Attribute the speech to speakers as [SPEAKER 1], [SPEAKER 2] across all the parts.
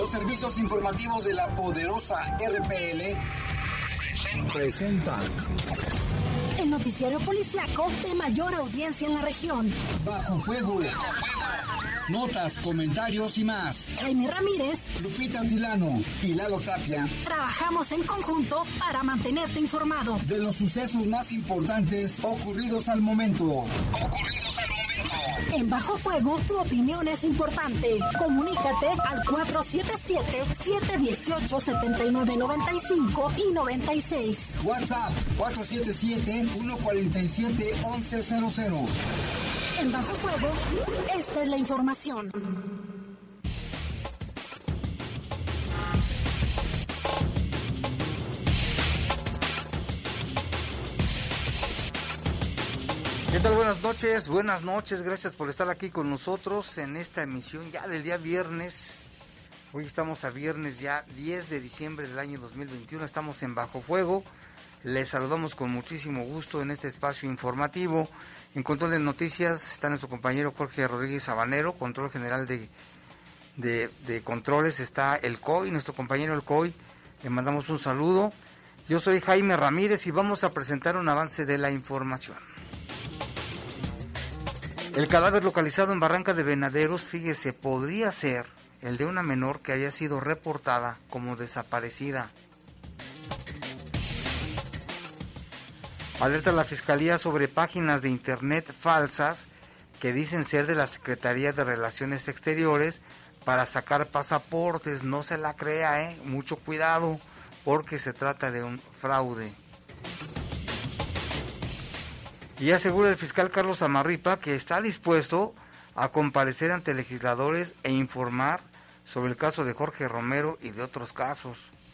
[SPEAKER 1] Los servicios informativos de la poderosa RPL presentan
[SPEAKER 2] el noticiario policiaco de mayor audiencia en la región.
[SPEAKER 1] Bajo Fuego. Notas, comentarios y más.
[SPEAKER 2] Jaime Ramírez,
[SPEAKER 1] Lupita Tilano y Lalo Tapia.
[SPEAKER 2] Trabajamos en conjunto para mantenerte informado
[SPEAKER 1] de los sucesos más importantes ocurridos al momento.
[SPEAKER 2] En Bajo Fuego, tu opinión es importante. Comunícate al 477-718-7995 y 96.
[SPEAKER 1] WhatsApp 477-147-1100.
[SPEAKER 2] En Bajo Fuego, esta es la información.
[SPEAKER 3] ¿Qué tal? Buenas noches, gracias por estar aquí con nosotros en esta emisión ya del día viernes. Hoy estamos a viernes ya 10 de diciembre del año 2021, estamos en Bajo Fuego. Les saludamos con muchísimo gusto en este espacio informativo. En control de noticias está nuestro compañero Jorge Rodríguez Sabanero, control general de controles está el COI, nuestro compañero el COI, le mandamos un saludo. Yo soy Jaime Ramírez y vamos a presentar un avance de la información. El cadáver localizado en Barranca de Venaderos, fíjese, podría ser el de una menor que haya sido reportada como desaparecida. Alerta a la Fiscalía sobre páginas de internet falsas que dicen ser de la Secretaría de Relaciones Exteriores para sacar pasaportes. No se la crea, mucho cuidado, porque se trata de un fraude. Y asegura el fiscal Carlos Amarripa que está dispuesto a comparecer ante legisladores e informar sobre el caso de Jorge Romero y de otros casos.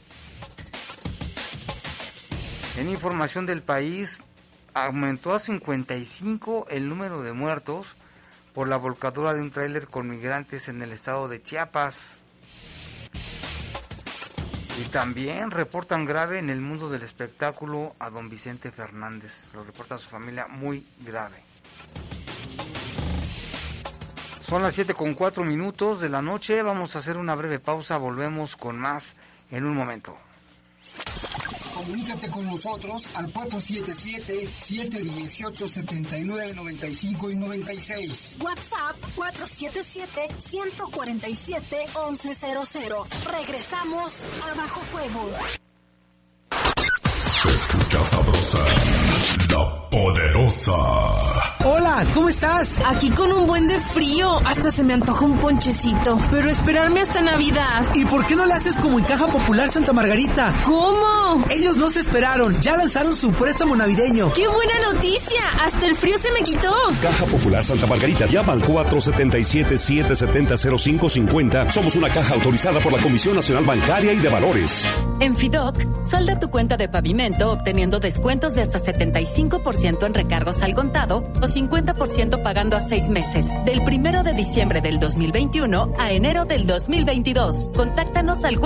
[SPEAKER 3] En información del país, aumentó a 55 el número de muertos por la volcadura de un tráiler con migrantes en el estado de Chiapas. Y también reportan grave en el mundo del espectáculo a don Vicente Fernández. Lo reporta su familia muy grave. Son las 7:04 de la noche. Vamos a hacer una breve pausa. Volvemos con más en un momento.
[SPEAKER 1] Comunícate con nosotros al 477-718-7995 y 96.
[SPEAKER 2] WhatsApp 477-147-1100. Regresamos a Bajo Fuego.
[SPEAKER 4] Se escucha sabrosa, la poderosa.
[SPEAKER 5] Hola, ¿cómo estás?
[SPEAKER 6] Aquí con un buen de frío, hasta se me antoja un ponchecito, pero esperarme hasta Navidad.
[SPEAKER 5] ¿Y por qué no le haces como en Caja Popular Santa Margarita?
[SPEAKER 6] ¿Cómo?
[SPEAKER 5] Ellos no se esperaron, ya lanzaron su préstamo navideño.
[SPEAKER 6] ¡Qué buena noticia! Hasta el frío se me quitó.
[SPEAKER 4] Caja Popular Santa Margarita, llama al 477-770-0550. Somos una caja autorizada por la Comisión Nacional Bancaria y de Valores.
[SPEAKER 7] En FIDOC, salda tu cuenta de pavimento obteniendo descuentos de hasta 75% en recargos al contado o 50% pagando a 6 meses, del 1 de diciembre del 2021 a enero del 2022. Contáctanos al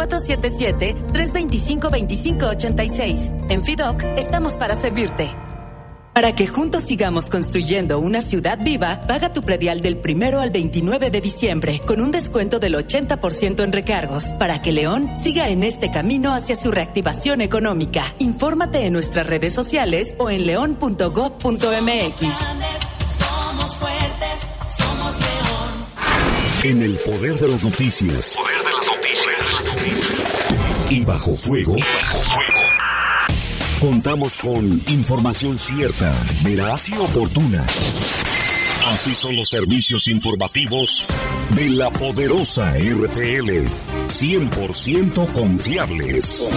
[SPEAKER 7] 477-325-2586. En FIDOC, estamos para servirte. Para que juntos sigamos construyendo una ciudad viva, paga tu predial del 1 al 29 de diciembre con un descuento del 80% en recargos para que León siga en este camino hacia su reactivación económica. Infórmate en nuestras redes sociales o en león.gov.mx.
[SPEAKER 8] Somos fuertes, somos León.
[SPEAKER 4] En el poder de las noticias. Y Bajo Fuego. Contamos con información cierta, veraz y oportuna. Así son los servicios informativos de la poderosa RPL. 100% confiables.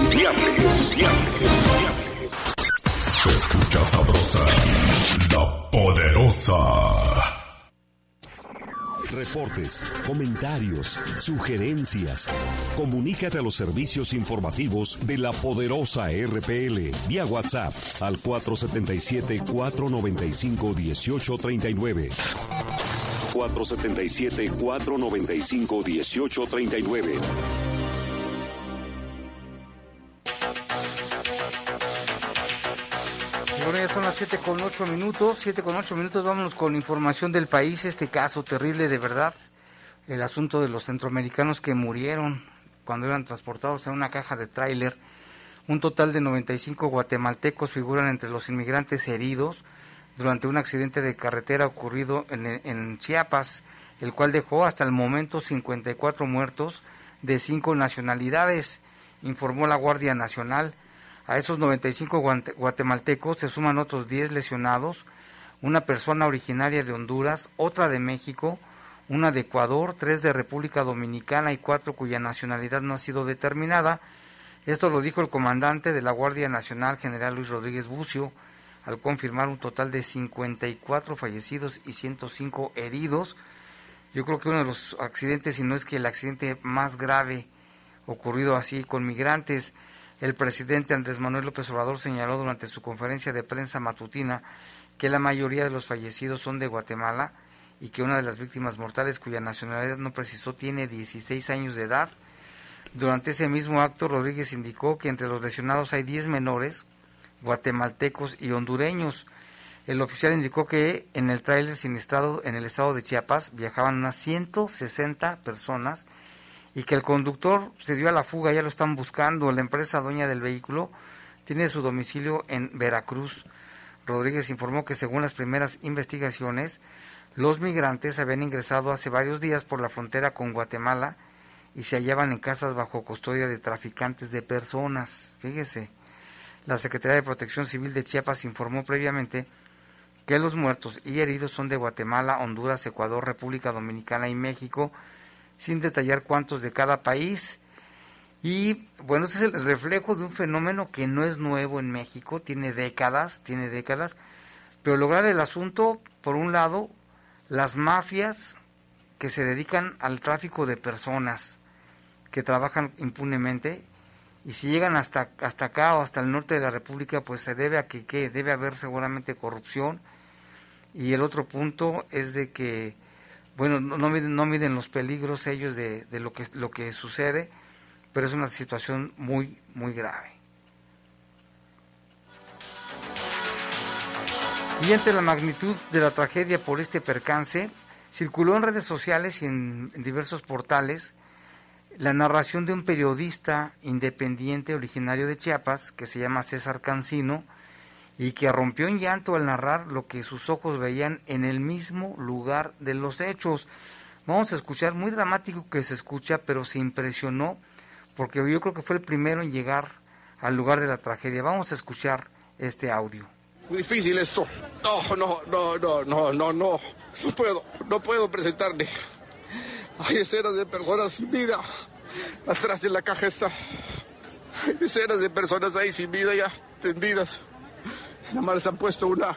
[SPEAKER 4] Se escucha sabrosa, la poderosa. Reportes, comentarios, sugerencias. Comunícate a los servicios informativos de la poderosa RPL vía WhatsApp al 477-495-1839. 477-495-1839.
[SPEAKER 3] Bueno, ya son las 7:08, vámonos con información del país, este caso terrible de verdad, el asunto de los centroamericanos que murieron cuando eran transportados en una caja de tráiler. Un total de 95 guatemaltecos figuran entre los inmigrantes heridos durante un accidente de carretera ocurrido en Chiapas, el cual dejó hasta el momento 54 muertos de 5 nacionalidades, informó la Guardia Nacional. A esos 95 guatemaltecos se suman otros 10 lesionados, una persona originaria de Honduras, otra de México, una de Ecuador, 3 de República Dominicana y 4 cuya nacionalidad no ha sido determinada. Esto lo dijo el comandante de la Guardia Nacional, general Luis Rodríguez Bucio, al confirmar un total de 54 fallecidos y 105 heridos. Yo creo que uno de los accidentes, si no es que el accidente más grave ocurrido así con migrantes. El presidente Andrés Manuel López Obrador señaló durante su conferencia de prensa matutina que la mayoría de los fallecidos son de Guatemala y que una de las víctimas mortales, cuya nacionalidad no precisó, tiene 16 años de edad. Durante ese mismo acto, Rodríguez indicó que entre los lesionados hay 10 menores, guatemaltecos y hondureños. El oficial indicó que en el tráiler siniestrado en el estado de Chiapas viajaban unas 160 personas y que el conductor se dio a la fuga, ya lo están buscando. La empresa dueña del vehículo tiene su domicilio en Veracruz. Rodríguez informó que según las primeras investigaciones, los migrantes habían ingresado hace varios días por la frontera con Guatemala y se hallaban en casas bajo custodia de traficantes de personas. Fíjese, la Secretaría de Protección Civil de Chiapas informó previamente que los muertos y heridos son de Guatemala, Honduras, Ecuador, República Dominicana y México, sin detallar cuántos de cada país. Y bueno, este es el reflejo de un fenómeno que no es nuevo en México, tiene décadas, pero lograr el asunto, por un lado, las mafias que se dedican al tráfico de personas, que trabajan impunemente, y si llegan hasta acá o hasta el norte de la República, pues se debe a que debe haber seguramente corrupción. Y el otro punto es de que, bueno, no miden los peligros ellos de lo que sucede, pero es una situación muy, muy grave. Y ante la magnitud de la tragedia por este percance, circuló en redes sociales y en diversos portales la narración de un periodista independiente originario de Chiapas, que se llama César Cancino, y que rompió en llanto al narrar lo que sus ojos veían en el mismo lugar de los hechos. Vamos a escuchar, muy dramático que se escucha, pero se impresionó, porque yo creo que fue el primero en llegar al lugar de la tragedia. Vamos a escuchar este audio.
[SPEAKER 9] Muy difícil esto. No puedo presentarle. Hay escenas de personas sin vida atrás de la caja esta. Hay escenas de personas ahí sin vida ya tendidas. Nada más les han puesto una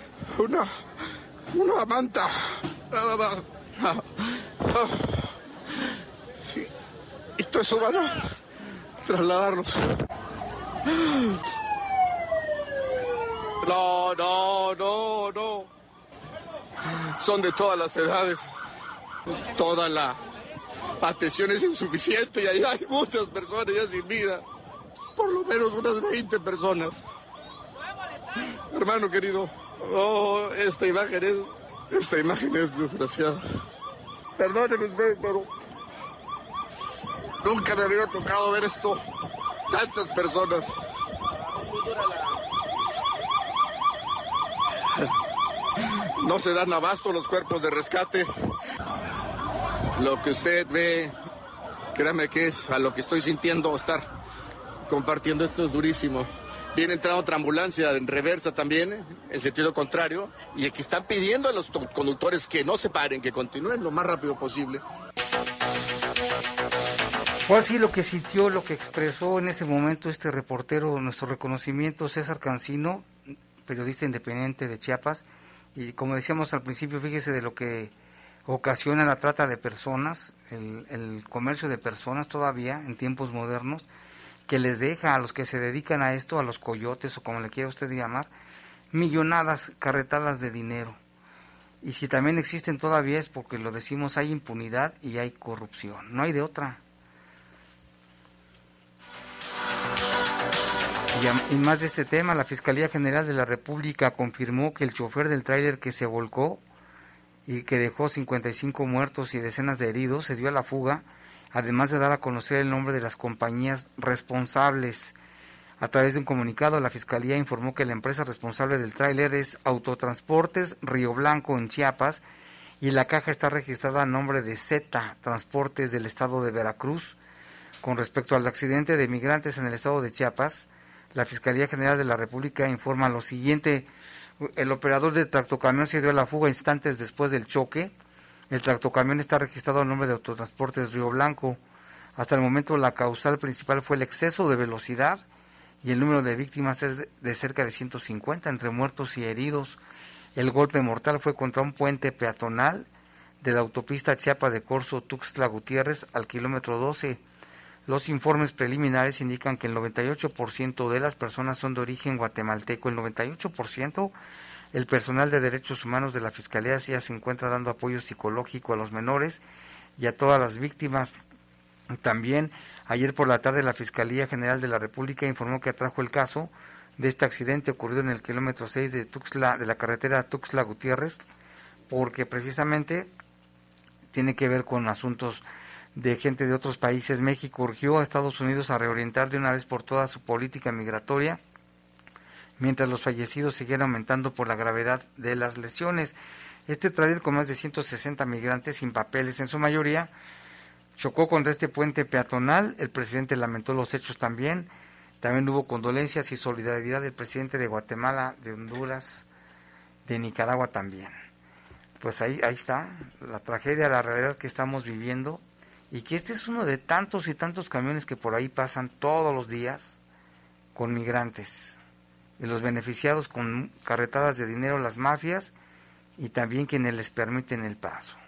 [SPEAKER 9] manta. Nada más. Y todo eso van a trasladarlos. No. Son de todas las edades. Toda la atención es insuficiente y ahí hay muchas personas ya sin vida. Por lo menos unas 20 personas. Hermano querido, esta imagen es desgraciada. Perdónenme usted, pero nunca me había tocado ver esto. Tantas personas. No se dan abasto los cuerpos de rescate. Lo que usted ve, créame que es a lo que estoy sintiendo estar compartiendo esto, es durísimo. Viene entrando otra ambulancia en reversa también, en sentido contrario, y aquí están pidiendo a los conductores que no se paren, que continúen lo más rápido posible.
[SPEAKER 3] Fue así lo que sintió, lo que expresó en ese momento este reportero, nuestro reconocimiento, César Cancino, periodista independiente de Chiapas. Y como decíamos al principio, fíjese de lo que ocasiona la trata de personas, el comercio de personas todavía en tiempos modernos, que les deja a los que se dedican a esto, a los coyotes o como le quiera usted llamar, millonadas, carretadas de dinero. Y si también existen todavía es porque lo decimos, hay impunidad y hay corrupción, no hay de otra. Y más de este tema, la Fiscalía General de la República confirmó que el chofer del tráiler que se volcó y que dejó 55 muertos y decenas de heridos se dio a la fuga además de dar a conocer el nombre de las compañías responsables. A través de un comunicado, la Fiscalía informó que la empresa responsable del tráiler es Autotransportes Río Blanco en Chiapas y la caja está registrada a nombre de Z Transportes del estado de Veracruz. Con respecto al accidente de migrantes en el estado de Chiapas, la Fiscalía General de la República informa lo siguiente: el operador del tractocamión se dio a la fuga instantes después del choque. El tractocamión está registrado a nombre de Autotransportes Río Blanco. Hasta el momento la causal principal fue el exceso de velocidad y el número de víctimas es de cerca de 150 entre muertos y heridos. El golpe mortal fue contra un puente peatonal de la autopista Chiapa de Corzo Tuxtla Gutiérrez al kilómetro 12. Los informes preliminares indican que el 98% de las personas son de origen guatemalteco. El 98%, el personal de derechos humanos de la Fiscalía ya se encuentra dando apoyo psicológico a los menores y a todas las víctimas. También, ayer por la tarde, la Fiscalía General de la República informó que atrajo el caso de este accidente ocurrido en el kilómetro 6 de la carretera Tuxtla Gutiérrez, porque precisamente tiene que ver con asuntos de gente de otros países. México urgió a Estados Unidos a reorientar de una vez por todas su política migratoria, mientras los fallecidos siguen aumentando por la gravedad de las lesiones. Este tráiler con más de 160 migrantes sin papeles, en su mayoría, chocó contra este puente peatonal. El presidente lamentó los hechos también. También hubo condolencias y solidaridad del presidente de Guatemala, de Honduras, de Nicaragua también. Pues ahí está la tragedia, la realidad que estamos viviendo, y que este es uno de tantos y tantos camiones que por ahí pasan todos los días con migrantes, y los beneficiados con carretadas de dinero las mafias y también quienes les permiten el paso.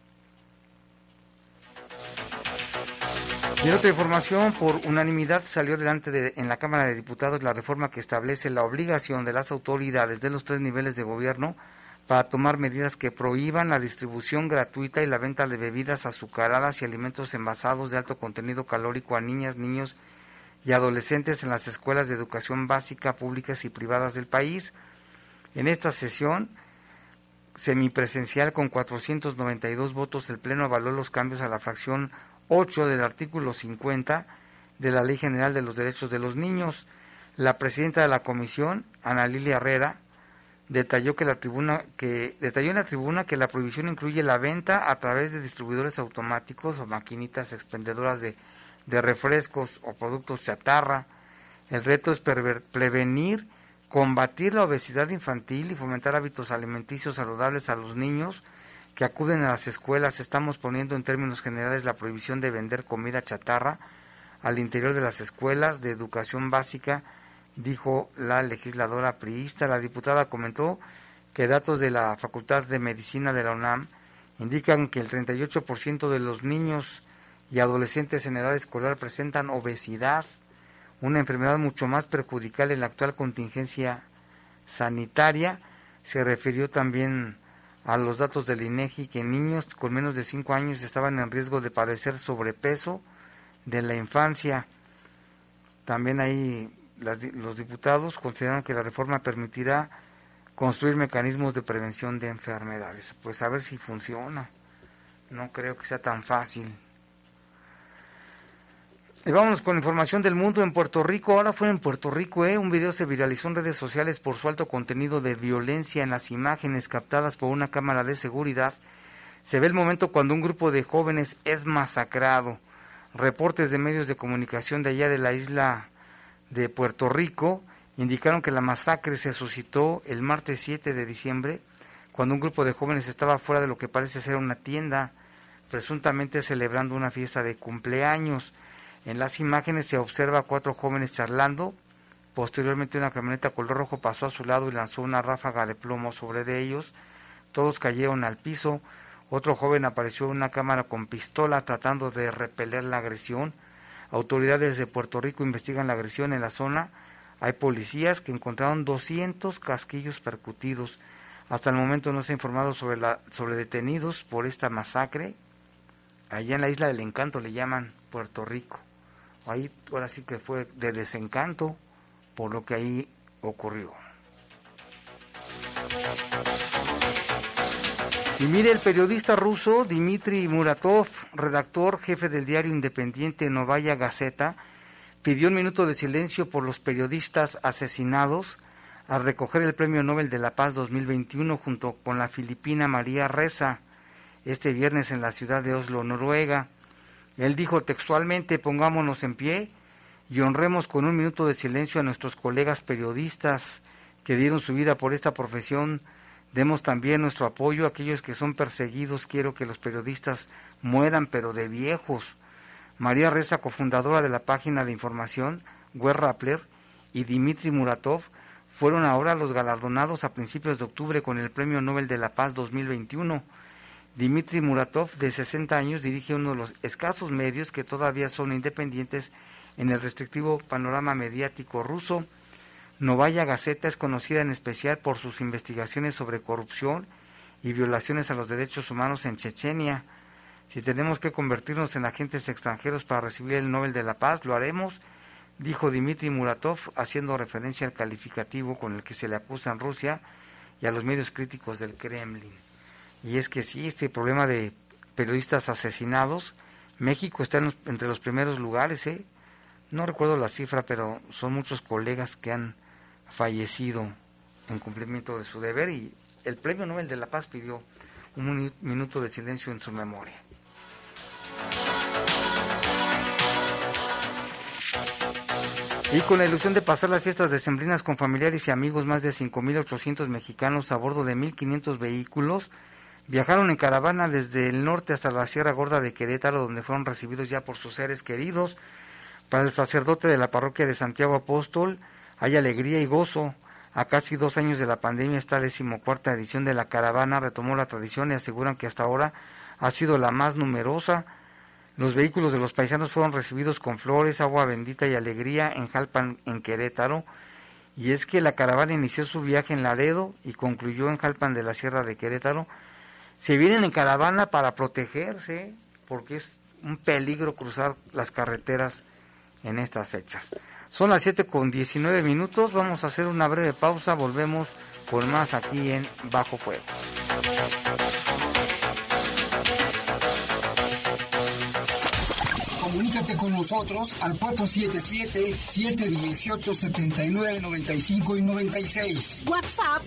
[SPEAKER 3] Y en otra información, por unanimidad salió adelante en la Cámara de Diputados la reforma que establece la obligación de las autoridades de los 3 niveles de gobierno para tomar medidas que prohíban la distribución gratuita y la venta de bebidas azucaradas y alimentos envasados de alto contenido calórico a niñas, niños y adolescentes en las escuelas de educación básica públicas y privadas del país. En esta sesión semipresencial con 492 votos, el Pleno avaló los cambios a la fracción 8 del artículo 50 de la Ley General de los Derechos de los Niños. La presidenta de la comisión, Ana Lilia Herrera, detalló en la tribuna que la prohibición incluye la venta a través de distribuidores automáticos o maquinitas expendedoras de refrescos o productos chatarra. El reto es prevenir, combatir la obesidad infantil y fomentar hábitos alimenticios saludables a los niños que acuden a las escuelas. Estamos poniendo en términos generales la prohibición de vender comida chatarra al interior de las escuelas de educación básica, dijo la legisladora priista. La diputada comentó que datos de la Facultad de Medicina de la UNAM indican que el 38% de los niños y adolescentes en edad escolar presentan obesidad, una enfermedad mucho más perjudicial en la actual contingencia sanitaria. Se refirió también a los datos del INEGI que niños con menos de 5 años estaban en riesgo de padecer sobrepeso de la infancia. También ahí los diputados consideraron que la reforma permitirá construir mecanismos de prevención de enfermedades. Pues a ver si funciona. No creo que sea tan fácil. Y vámonos con información del mundo. En Puerto Rico, ahora fue en Puerto Rico, un video se viralizó en redes sociales por su alto contenido de violencia. En las imágenes captadas por una cámara de seguridad se ve el momento cuando un grupo de jóvenes es masacrado. Reportes de medios de comunicación de allá de la isla de Puerto Rico indicaron que la masacre se suscitó el martes 7 de diciembre, cuando un grupo de jóvenes estaba fuera de lo que parece ser una tienda, presuntamente celebrando una fiesta de cumpleaños. En las imágenes se observa a 4 jóvenes charlando. Posteriormente una camioneta color rojo pasó a su lado y lanzó una ráfaga de plomo sobre de ellos. Todos cayeron al piso. Otro joven apareció en una cámara con pistola tratando de repeler la agresión. Autoridades de Puerto Rico investigan la agresión en la zona. Hay policías que encontraron 200 casquillos percutidos. Hasta el momento no se ha informado sobre detenidos por esta masacre. Allá en la Isla del Encanto le llaman Puerto Rico. Ahí ahora sí que fue de desencanto por lo que ahí ocurrió. Y mire, el periodista ruso Dmitry Muratov redactor jefe del diario independiente Novaya Gazeta, pidió un minuto de silencio por los periodistas asesinados al recoger el Premio Nobel de la Paz 2021 junto con la filipina María Ressa este viernes en la ciudad de Oslo, Noruega. Él dijo textualmente: pongámonos en pie y honremos con un minuto de silencio a nuestros colegas periodistas que dieron su vida por esta profesión. Demos también nuestro apoyo a aquellos que son perseguidos. Quiero que los periodistas mueran, pero de viejos. María Ressa, cofundadora de la página de información Web Rappler, y Dmitry Muratov fueron ahora los galardonados a principios de octubre con el Premio Nobel de la Paz 2021. Dmitry Muratov, de 60 años, dirige uno de los escasos medios que todavía son independientes en el restrictivo panorama mediático ruso. Novaya Gazeta es conocida en especial por sus investigaciones sobre corrupción y violaciones a los derechos humanos en Chechenia. Si tenemos que convertirnos en agentes extranjeros para recibir el Nobel de la Paz, lo haremos, dijo Dmitry Muratov, haciendo referencia al calificativo con el que se le acusa en Rusia y a los medios críticos del Kremlin. Y es que sí, este problema de periodistas asesinados, México está entre los primeros lugares, No recuerdo la cifra, pero son muchos colegas que han fallecido en cumplimiento de su deber, y el Premio Nobel de la Paz pidió un minuto de silencio en su memoria. Y con la ilusión de pasar las fiestas decembrinas con familiares y amigos, más de 5.800 mexicanos a bordo de 1.500 vehículos viajaron en caravana desde el norte hasta la Sierra Gorda de Querétaro, donde fueron recibidos ya por sus seres queridos. Para el sacerdote de la parroquia de Santiago Apóstol hay alegría y gozo. A casi 2 años de la pandemia, esta 14ª edición de la caravana retomó la tradición y aseguran que hasta ahora ha sido la más numerosa. Los vehículos de los paisanos fueron recibidos con flores, agua bendita y alegría en Jalpan, en Querétaro. Y es que la caravana inició su viaje en Laredo y concluyó en Jalpan de la Sierra de Querétaro. Se vienen en caravana para protegerse, porque es un peligro cruzar las carreteras en estas fechas. Son las 7:19, vamos a hacer una breve pausa, volvemos con más aquí en Bajo Fuego.
[SPEAKER 1] Comunícate con nosotros al 477-718-7995 y 96.
[SPEAKER 2] WhatsApp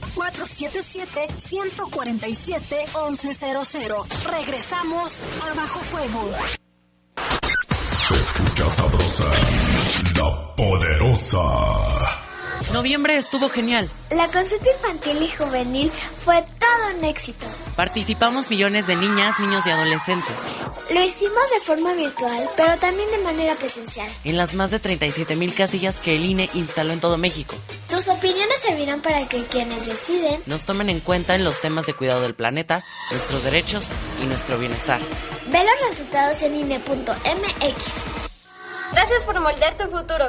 [SPEAKER 2] 477-147-1100. Regresamos a Bajo Fuego.
[SPEAKER 10] Se escucha sabrosa, La Poderosa.
[SPEAKER 11] Noviembre estuvo genial.
[SPEAKER 12] La consulta infantil y juvenil fue todo un éxito.
[SPEAKER 11] Participamos millones de niñas, niños y adolescentes.
[SPEAKER 12] Lo hicimos de forma virtual, pero también de manera presencial.
[SPEAKER 11] En las más de 37,000 casillas que el INE instaló en todo México.
[SPEAKER 12] Tus opiniones servirán para que quienes deciden
[SPEAKER 11] nos tomen en cuenta en los temas de cuidado del planeta, nuestros derechos y nuestro bienestar.
[SPEAKER 12] Ve los resultados en INE.mx.
[SPEAKER 13] Gracias por moldear tu futuro.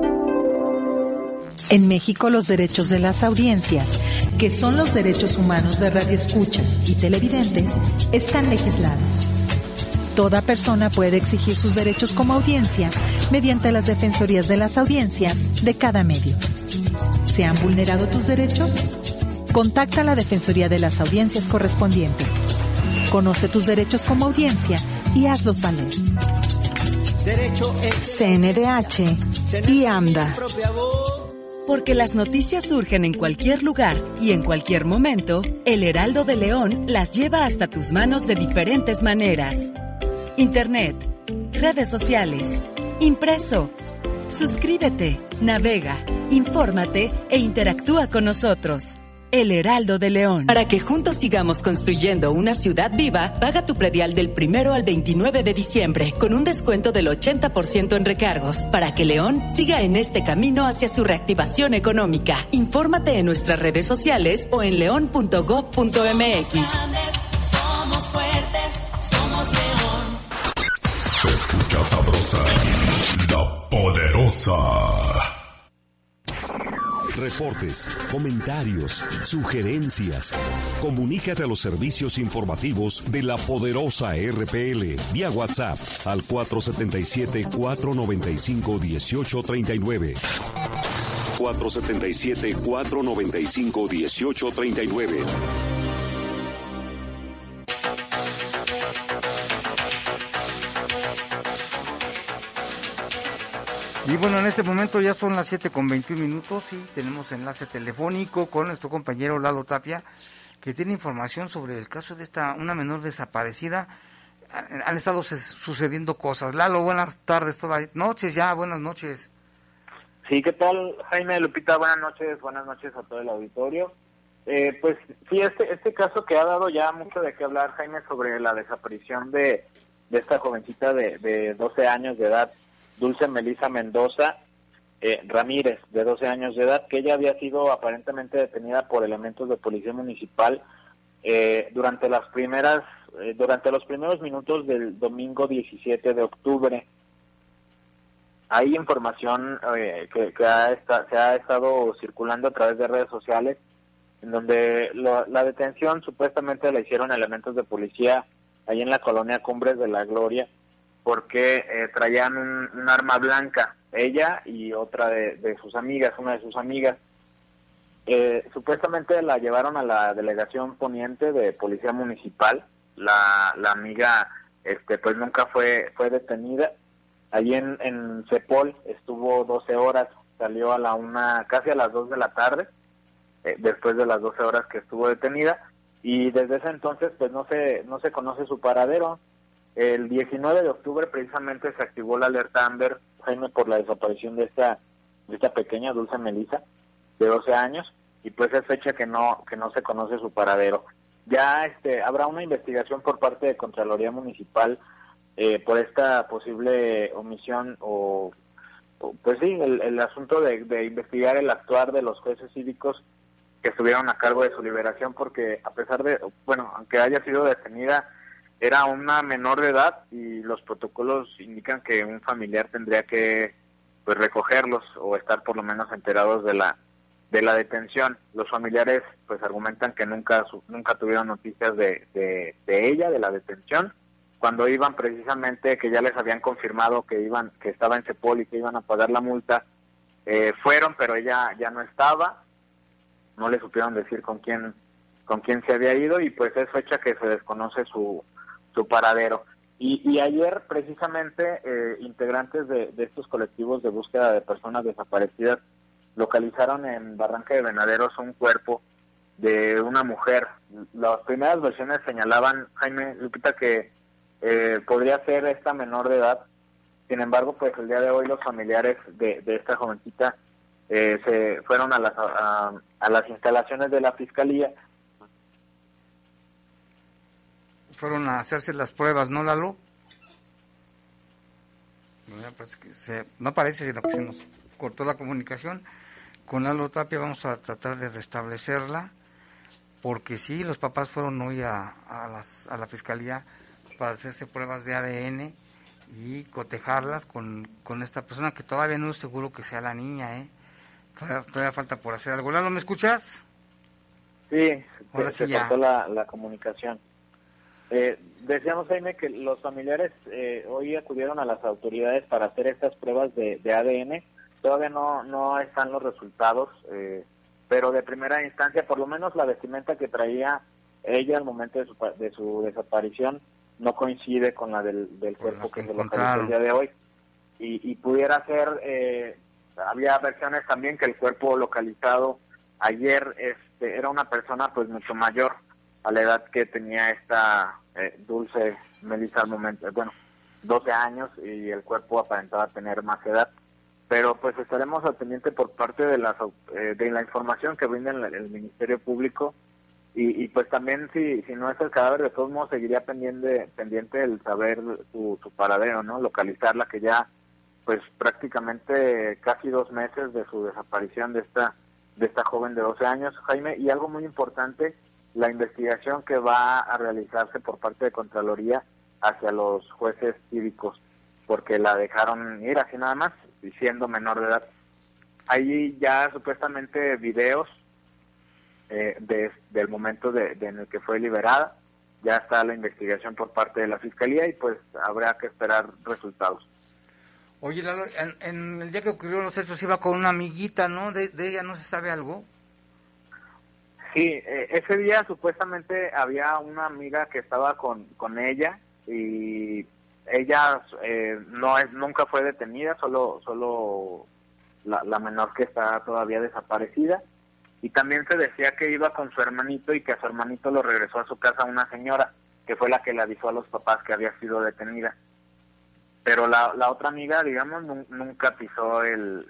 [SPEAKER 14] En México, los derechos de las audiencias, que son los derechos humanos de radioescuchas y televidentes, están legislados. Toda persona puede exigir sus derechos como audiencia mediante las defensorías de las audiencias de cada medio. ¿Se han vulnerado tus derechos? Contacta a la Defensoría de las Audiencias correspondiente. Conoce tus derechos como audiencia y hazlos valer. CNDH y AMDA.
[SPEAKER 7] Porque las noticias surgen en cualquier lugar y en cualquier momento, El Heraldo de León las lleva hasta tus manos de diferentes maneras. Internet, redes sociales, impreso. Suscríbete, navega, infórmate e interactúa con nosotros. El Heraldo de León. Para que juntos sigamos construyendo una ciudad viva, paga tu predial del 1 al 29 de diciembre con un descuento del 80% en recargos, para que León siga en este camino hacia su reactivación económica. Infórmate en nuestras redes sociales o en leon.gov.mx.
[SPEAKER 8] Somos fuertes, somos León.
[SPEAKER 10] Se escucha sabrosa, La Poderosa.
[SPEAKER 4] Reportes, comentarios, sugerencias. Comunícate a los servicios informativos de La Poderosa RPL vía WhatsApp al 477-495-1839. 477-495-1839.
[SPEAKER 3] Y bueno, en este momento ya son las 7:21 y tenemos enlace telefónico con nuestro compañero Lalo Tapia, que tiene información sobre el caso de una menor desaparecida. Han estado sucediendo cosas. Lalo, buenas tardes, noches ya, buenas noches.
[SPEAKER 15] Sí, ¿qué tal, Jaime, Lupita? Buenas noches a todo el auditorio. Pues sí, este caso que ha dado ya mucho de qué hablar, Jaime, sobre la desaparición de esta jovencita de 12 años de edad, Dulce Melissa Mendoza Ramírez, de 12 años de edad, que ella había sido aparentemente detenida por elementos de policía municipal durante los primeros minutos del domingo 17 de octubre. Hay información que se ha estado circulando a través de redes sociales, en donde la detención supuestamente la hicieron elementos de policía ahí en la colonia Cumbres de la Gloria, porque traían un arma blanca, ella y otra de sus amigas, una de sus amigas. Supuestamente la llevaron a la delegación poniente de policía municipal. La amiga pues nunca fue detenida. Allí en Cepol estuvo 12 horas, salió casi a las 2 de la tarde, después de las 12 horas que estuvo detenida, y desde ese entonces pues no se conoce su paradero. El 19 de octubre precisamente se activó la alerta Amber, Jaime, por la desaparición de esta pequeña Dulce Melissa, de 12 años, y pues es fecha que no se conoce su paradero. Ya habrá una investigación por parte de Contraloría Municipal por esta posible omisión pues sí, el asunto de investigar el actuar de los jueces cívicos que estuvieron a cargo de su liberación, porque a pesar de, aunque haya sido detenida, era una menor de edad y los protocolos indican que un familiar tendría que pues recogerlos o estar por lo menos enterados de la detención. Los familiares pues argumentan que nunca tuvieron noticias de ella, de la detención. Cuando iban precisamente, que ya les habían confirmado que estaba en Cepol y que iban a pagar la multa, fueron, pero ella ya no estaba, no le supieron decir con quién se había ido, y pues es fecha que se desconoce su paradero. Y ayer precisamente integrantes de estos colectivos de búsqueda de personas desaparecidas localizaron en Barranca de Venaderos un cuerpo de una mujer. Las primeras versiones señalaban, Jaime, Lupita, que podría ser esta menor de edad. Sin embargo, pues el día de hoy los familiares de esta jovencita se fueron a las instalaciones de la Fiscalía.
[SPEAKER 3] Fueron a hacerse las pruebas, ¿no, Lalo? No parece, sino que se nos cortó la comunicación. Con Lalo Tapia vamos a tratar de restablecerla, porque sí, los papás fueron hoy a la Fiscalía para hacerse pruebas de ADN y cotejarlas con esta persona, que todavía no es seguro que sea la niña, Todavía falta por hacer algo. ¿Lalo, me escuchas?
[SPEAKER 15] Sí,
[SPEAKER 3] ahora
[SPEAKER 15] se
[SPEAKER 3] sí
[SPEAKER 15] cortó la comunicación. Decíamos, Jaime, que los familiares hoy acudieron a las autoridades para hacer estas pruebas de ADN. Todavía no están los resultados, pero de primera instancia, por lo menos la vestimenta que traía ella al momento de su desaparición no coincide con la del cuerpo que se localizó el día de hoy. Y pudiera ser, había versiones también que el cuerpo localizado ayer era una persona pues mucho mayor a la edad que tenía esta Dulce Melissa al momento, 12 años, y el cuerpo aparentaba tener más edad. Pero pues estaremos al pendiente por parte de la información que brinda el Ministerio Público, y pues también si no es el cadáver, de todos modos seguiría pendiente el saber su paradero, ¿no? Localizarla, que ya pues prácticamente casi 2 meses de su desaparición de esta joven de 12 años, Jaime. Y algo muy importante, la investigación que va a realizarse por parte de Contraloría hacia los jueces cívicos, porque la dejaron ir así nada más, siendo menor de edad. Hay ya supuestamente videos del momento en el que fue liberada. Ya está la investigación por parte de la Fiscalía y pues habrá que esperar resultados.
[SPEAKER 3] Oye, Lalo, en el día que ocurrieron los hechos iba con una amiguita, ¿no? ¿De ella no se sabe algo?
[SPEAKER 15] Sí, ese día supuestamente había una amiga que estaba con ella, y ella nunca fue detenida, solo la menor que está todavía desaparecida. Y también se decía que iba con su hermanito y que a su hermanito lo regresó a su casa una señora, que fue la que le avisó a los papás que había sido detenida. Pero la otra amiga, digamos, nunca pisó el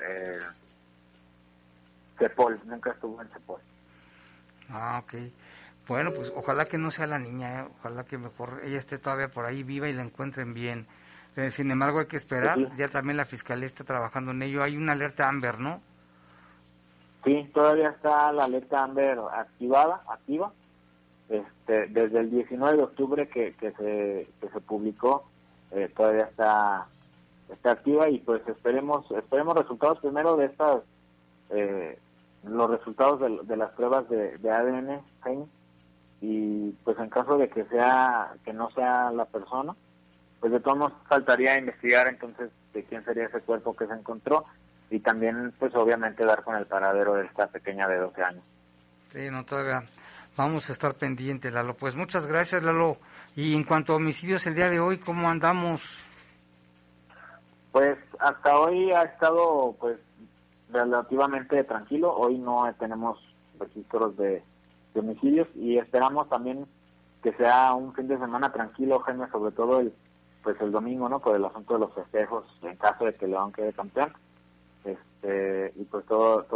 [SPEAKER 15] Cepol, nunca estuvo en Cepol.
[SPEAKER 3] Ah, ok. Bueno, pues ojalá que no sea la niña, ojalá que mejor ella esté todavía por ahí viva y la encuentren bien. Sin embargo, hay que esperar, sí. Ya también la Fiscalía está trabajando en ello. Hay una alerta Amber, ¿no?
[SPEAKER 15] Sí, todavía está la alerta Amber activa. Desde el 19 de octubre que se publicó, todavía está activa, y pues esperemos resultados primero de estas, los resultados de las pruebas de ADN, y pues en caso de que no sea la persona, pues de todos modos faltaría investigar entonces de quién sería ese cuerpo que se encontró, y también pues obviamente dar con el paradero de esta pequeña de 12 años.
[SPEAKER 3] Sí, no, todavía vamos a estar pendientes, Lalo. Pues muchas gracias, Lalo. Y en cuanto a homicidios el día de hoy, ¿cómo andamos?
[SPEAKER 15] Pues hasta hoy ha estado pues relativamente tranquilo. Hoy no tenemos registros de homicidios, y esperamos también que sea un fin de semana tranquilo, Jaime, sobre todo el domingo, ¿no? Por el asunto de los festejos, en caso de que León quede campeón. Y pues todos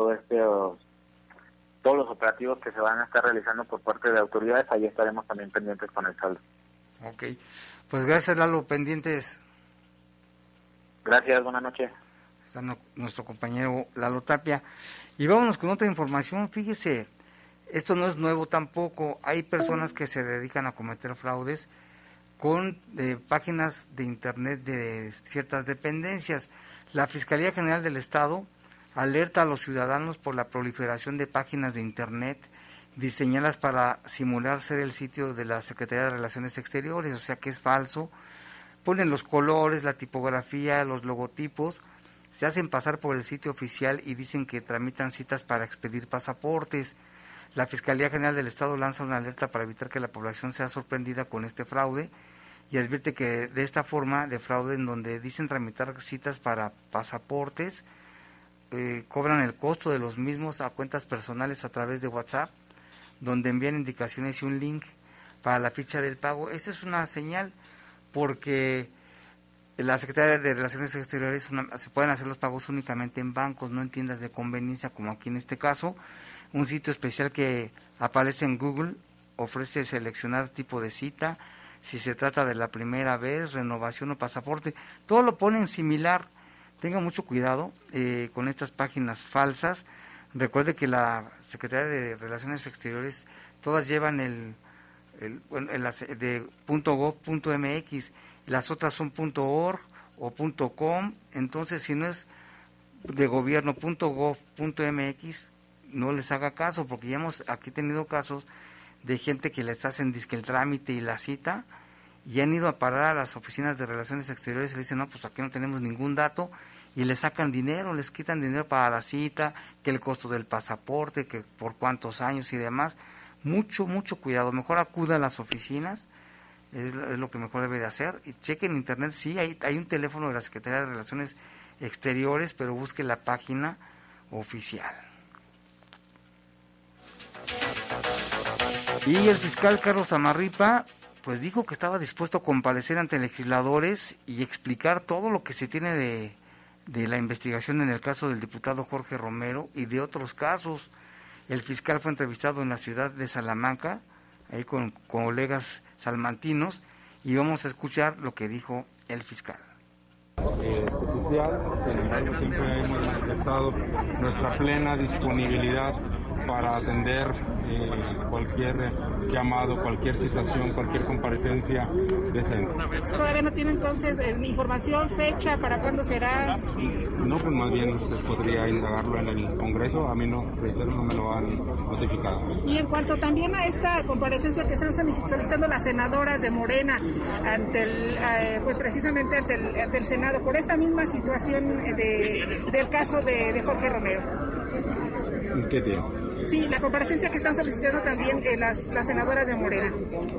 [SPEAKER 15] los operativos que se van a estar realizando por parte de autoridades, ahí estaremos también pendientes con el saldo.
[SPEAKER 3] Ok, pues gracias, Lalo, pendientes.
[SPEAKER 15] Gracias, buenas noches.
[SPEAKER 3] Está nuestro compañero Lalo Tapia. Y vámonos con otra información. Fíjese, esto no es nuevo tampoco. Hay personas que se dedican a cometer fraudes con páginas de internet de ciertas dependencias. La Fiscalía General del Estado alerta a los ciudadanos por la proliferación de páginas de internet diseñadas para simular ser el sitio de la Secretaría de Relaciones Exteriores, o sea que es falso. Ponen los colores, la tipografía, los logotipos, se hacen pasar por el sitio oficial y dicen que tramitan citas para expedir pasaportes. La Fiscalía General del Estado lanza una alerta para evitar que la población sea sorprendida con este fraude, y advierte que de esta forma de fraude, en donde dicen tramitar citas para pasaportes, cobran el costo de los mismos a cuentas personales a través de WhatsApp, donde envían indicaciones y un link para la ficha del pago. Esa es una señal, porque la Secretaría de Relaciones Exteriores se pueden hacer los pagos únicamente en bancos, no en tiendas de conveniencia, como aquí en este caso. Un sitio especial que aparece en Google ofrece seleccionar tipo de cita, si se trata de la primera vez, renovación o pasaporte. Todo lo ponen similar. Tenga mucho cuidado con estas páginas falsas. Recuerde que la Secretaría de Relaciones Exteriores todas llevan de .gov.mx, las otras son .org o .com. Entonces, si no es de gobierno .gov.mx, no les haga caso, porque ya hemos aquí tenido casos de gente que les hacen dizque el trámite y la cita, y han ido a parar a las oficinas de Relaciones Exteriores y le dicen, no, pues aquí no tenemos ningún dato, y les sacan dinero, les quitan dinero para la cita, que el costo del pasaporte, que por cuántos años y demás. Mucho cuidado, mejor acuda a las oficinas, es lo que mejor debe de hacer, y cheque en internet. Sí, hay un teléfono de la Secretaría de Relaciones Exteriores, pero busque la página oficial. Y el fiscal Carlos Amarripa pues dijo que estaba dispuesto a comparecer ante legisladores y explicar todo lo que se tiene de la investigación en el caso del diputado Jorge Romero y de otros casos. El fiscal fue entrevistado en la ciudad de Salamanca, ahí con colegas salmantinos, y vamos a escuchar lo que dijo el fiscal.
[SPEAKER 16] Oficial, sin embargo, siempre hemos manifestado nuestra plena disponibilidad para atender cualquier llamado, cualquier situación, cualquier comparecencia decente.
[SPEAKER 17] ¿Todavía no tiene entonces información, fecha, para cuándo será?
[SPEAKER 16] No, pues más bien usted podría indagarlo en el Congreso, a mí no me lo han notificado.
[SPEAKER 17] Y en cuanto también a esta comparecencia que están solicitando las senadoras de Morena ante pues precisamente ante el Senado, por esta misma situación del caso de Jorge Romero.
[SPEAKER 16] ¿Qué tiene?
[SPEAKER 17] Sí, la comparecencia que están solicitando también las senadoras de Morena.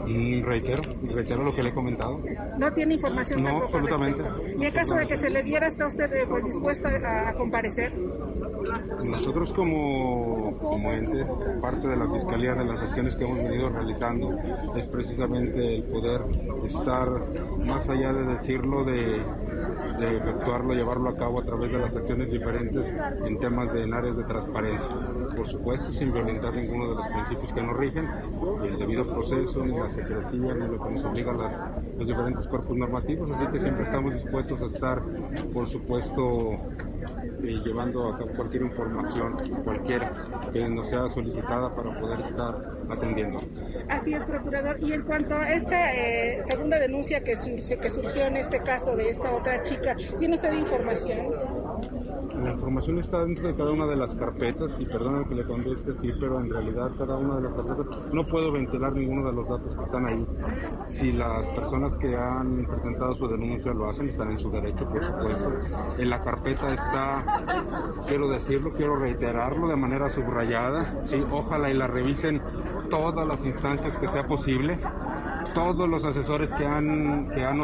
[SPEAKER 16] Reitero lo que le he comentado.
[SPEAKER 17] ¿No tiene información?
[SPEAKER 16] No, absolutamente.
[SPEAKER 17] Y en caso de que se le diera, ¿está usted pues dispuesto a comparecer?
[SPEAKER 16] Nosotros como ente, parte de la Fiscalía, de las acciones que hemos venido realizando, es precisamente el poder estar más allá de decirlo, de efectuarlo, llevarlo a cabo a través de las acciones diferentes en temas en áreas de transparencia. Por supuesto, sin violentar ninguno de los principios que nos rigen, ni el debido proceso, ni la secrecía, ni lo que nos obligan los diferentes cuerpos normativos, así que siempre estamos dispuestos a estar, por supuesto, llevando a cabo cualquier información, cualquiera que nos sea solicitada para poder estar atendiendo.
[SPEAKER 17] Así es, procurador. Y en cuanto a esta segunda denuncia que surgió en este caso de esta otra chica, ¿tiene usted información?
[SPEAKER 16] La información está dentro de cada una de las carpetas, y perdóname que le conteste así, pero en realidad cada una de las carpetas, no puedo ventilar ninguno de los datos que están ahí. Si las personas que han presentado su denuncia lo hacen, están en su derecho, por supuesto. En la carpeta está, quiero decirlo, quiero reiterarlo de manera subrayada, sí, ojalá y la revisen todas las instancias que sea posible. Todos los asesores que se han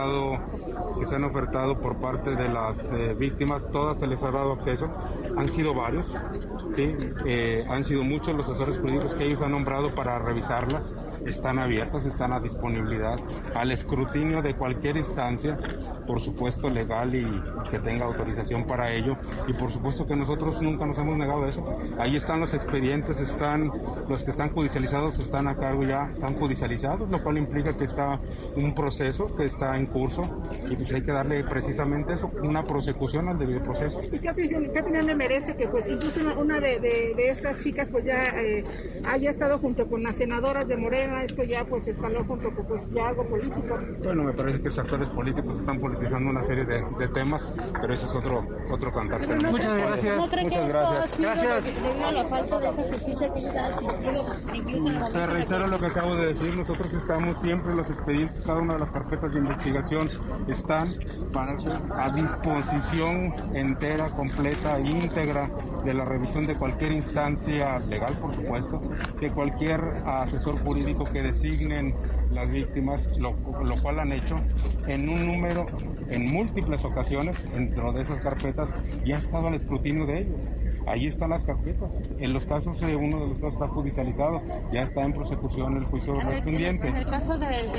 [SPEAKER 16] ofertado por parte de las víctimas, todas se les ha dado acceso. Han sido varios, ¿sí? Han sido muchos los asesores jurídicos que ellos han nombrado para revisarlas. Están abiertas, están a disponibilidad, al escrutinio de cualquier instancia, por supuesto legal y que tenga autorización para ello, y por supuesto que nosotros nunca nos hemos negado a eso. Ahí están los expedientes, están los que están judicializados, están a cargo ya, están judicializados, lo cual implica que está un proceso que está en curso, y pues hay que darle precisamente eso, una prosecución al debido proceso.
[SPEAKER 17] ¿Y qué opinión le merece que pues incluso una de estas chicas pues ya haya estado junto con las senadoras de Morena? Esto ya pues escaló junto con pues ya algo político.
[SPEAKER 16] Bueno, me parece que los actores políticos están politizando una serie de temas, pero ese es otro cantar.
[SPEAKER 3] Muchas gracias.
[SPEAKER 18] ¿No cree
[SPEAKER 3] Muchas
[SPEAKER 18] que
[SPEAKER 3] gracias.
[SPEAKER 18] esto ha sido debido a la falta de esa justicia que ellos han sentido, incluso en el
[SPEAKER 16] Te reitero lo que acabo de decir, nosotros estamos siempre, los expedientes, cada una de las carpetas de investigación están a disposición entera, completa e íntegra de la revisión de cualquier instancia legal, por supuesto, de cualquier asesor jurídico que designen las víctimas, lo cual han hecho en múltiples ocasiones dentro de esas carpetas, y ha estado al escrutinio de ellos. Ahí están las carpetas. En los casos, uno de los casos está judicializado, ya está en prosecución el juicio correspondiente.
[SPEAKER 18] En el caso de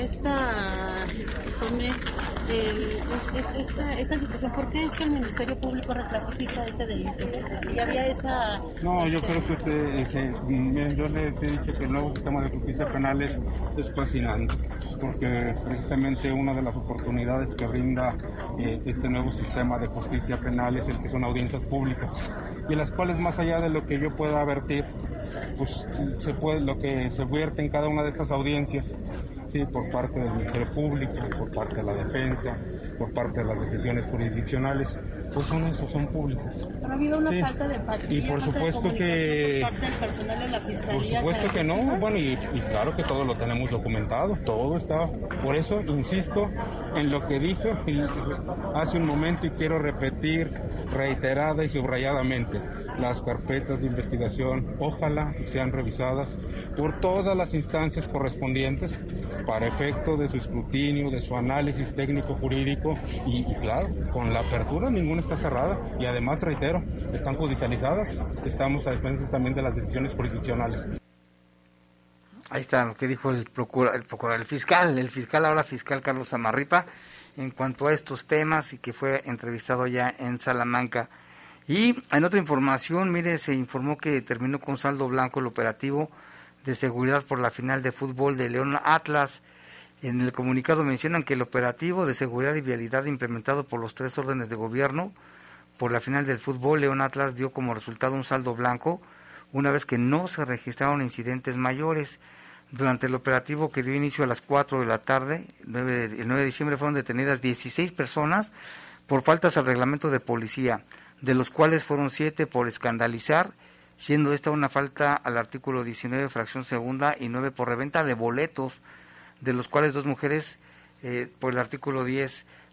[SPEAKER 18] esta situación, ¿por qué es que el Ministerio Público reclasifica ese delito? ¿Ya había esa...?
[SPEAKER 16] No, yo creo que yo les he dicho que el nuevo sistema de justicia penal es fascinante, porque precisamente una de las oportunidades que brinda este nuevo sistema de justicia penal es el que son audiencias públicas, y en las cuales, más allá de lo que yo pueda vertir, pues lo que se vierte en cada una de estas audiencias, sí, por parte del Ministerio Público, por parte de la defensa, por parte de las decisiones jurisdiccionales, pues son públicas.
[SPEAKER 18] Pero ha habido una falta de empatía,
[SPEAKER 16] y por supuesto que
[SPEAKER 18] por parte del personal de la Fiscalía.
[SPEAKER 16] Por supuesto que no, bueno, y claro que todo lo tenemos documentado, todo está. Por eso insisto en lo que dije hace un momento, y quiero repetir reiterada y subrayadamente: las carpetas de investigación ojalá sean revisadas por todas las instancias correspondientes para efecto de su escrutinio, de su análisis técnico jurídico, y claro, con la apertura ninguna está cerrada, y además reitero, están judicializadas, estamos a expensas también de las decisiones jurisdiccionales.
[SPEAKER 3] Ahí está lo que dijo el fiscal ahora fiscal Carlos Zamarripa en cuanto a estos temas, y que fue entrevistado ya en Salamanca. Y en otra información, mire, se informó que terminó con saldo blanco el operativo de seguridad por la final de fútbol de León Atlas. En el comunicado mencionan que el operativo de seguridad y vialidad implementado por los 3 órdenes de gobierno por la final del fútbol León Atlas dio como resultado un saldo blanco, una vez que no se registraron incidentes mayores. Durante el operativo, que dio inicio a las 4 de la tarde, el 9 de diciembre, fueron detenidas 16 personas por faltas al reglamento de policía, de los cuales fueron 7 por escandalizar, siendo esta una falta al artículo 19, fracción segunda, y 9 por reventa de boletos, de los cuales 2 mujeres por el artículo 10,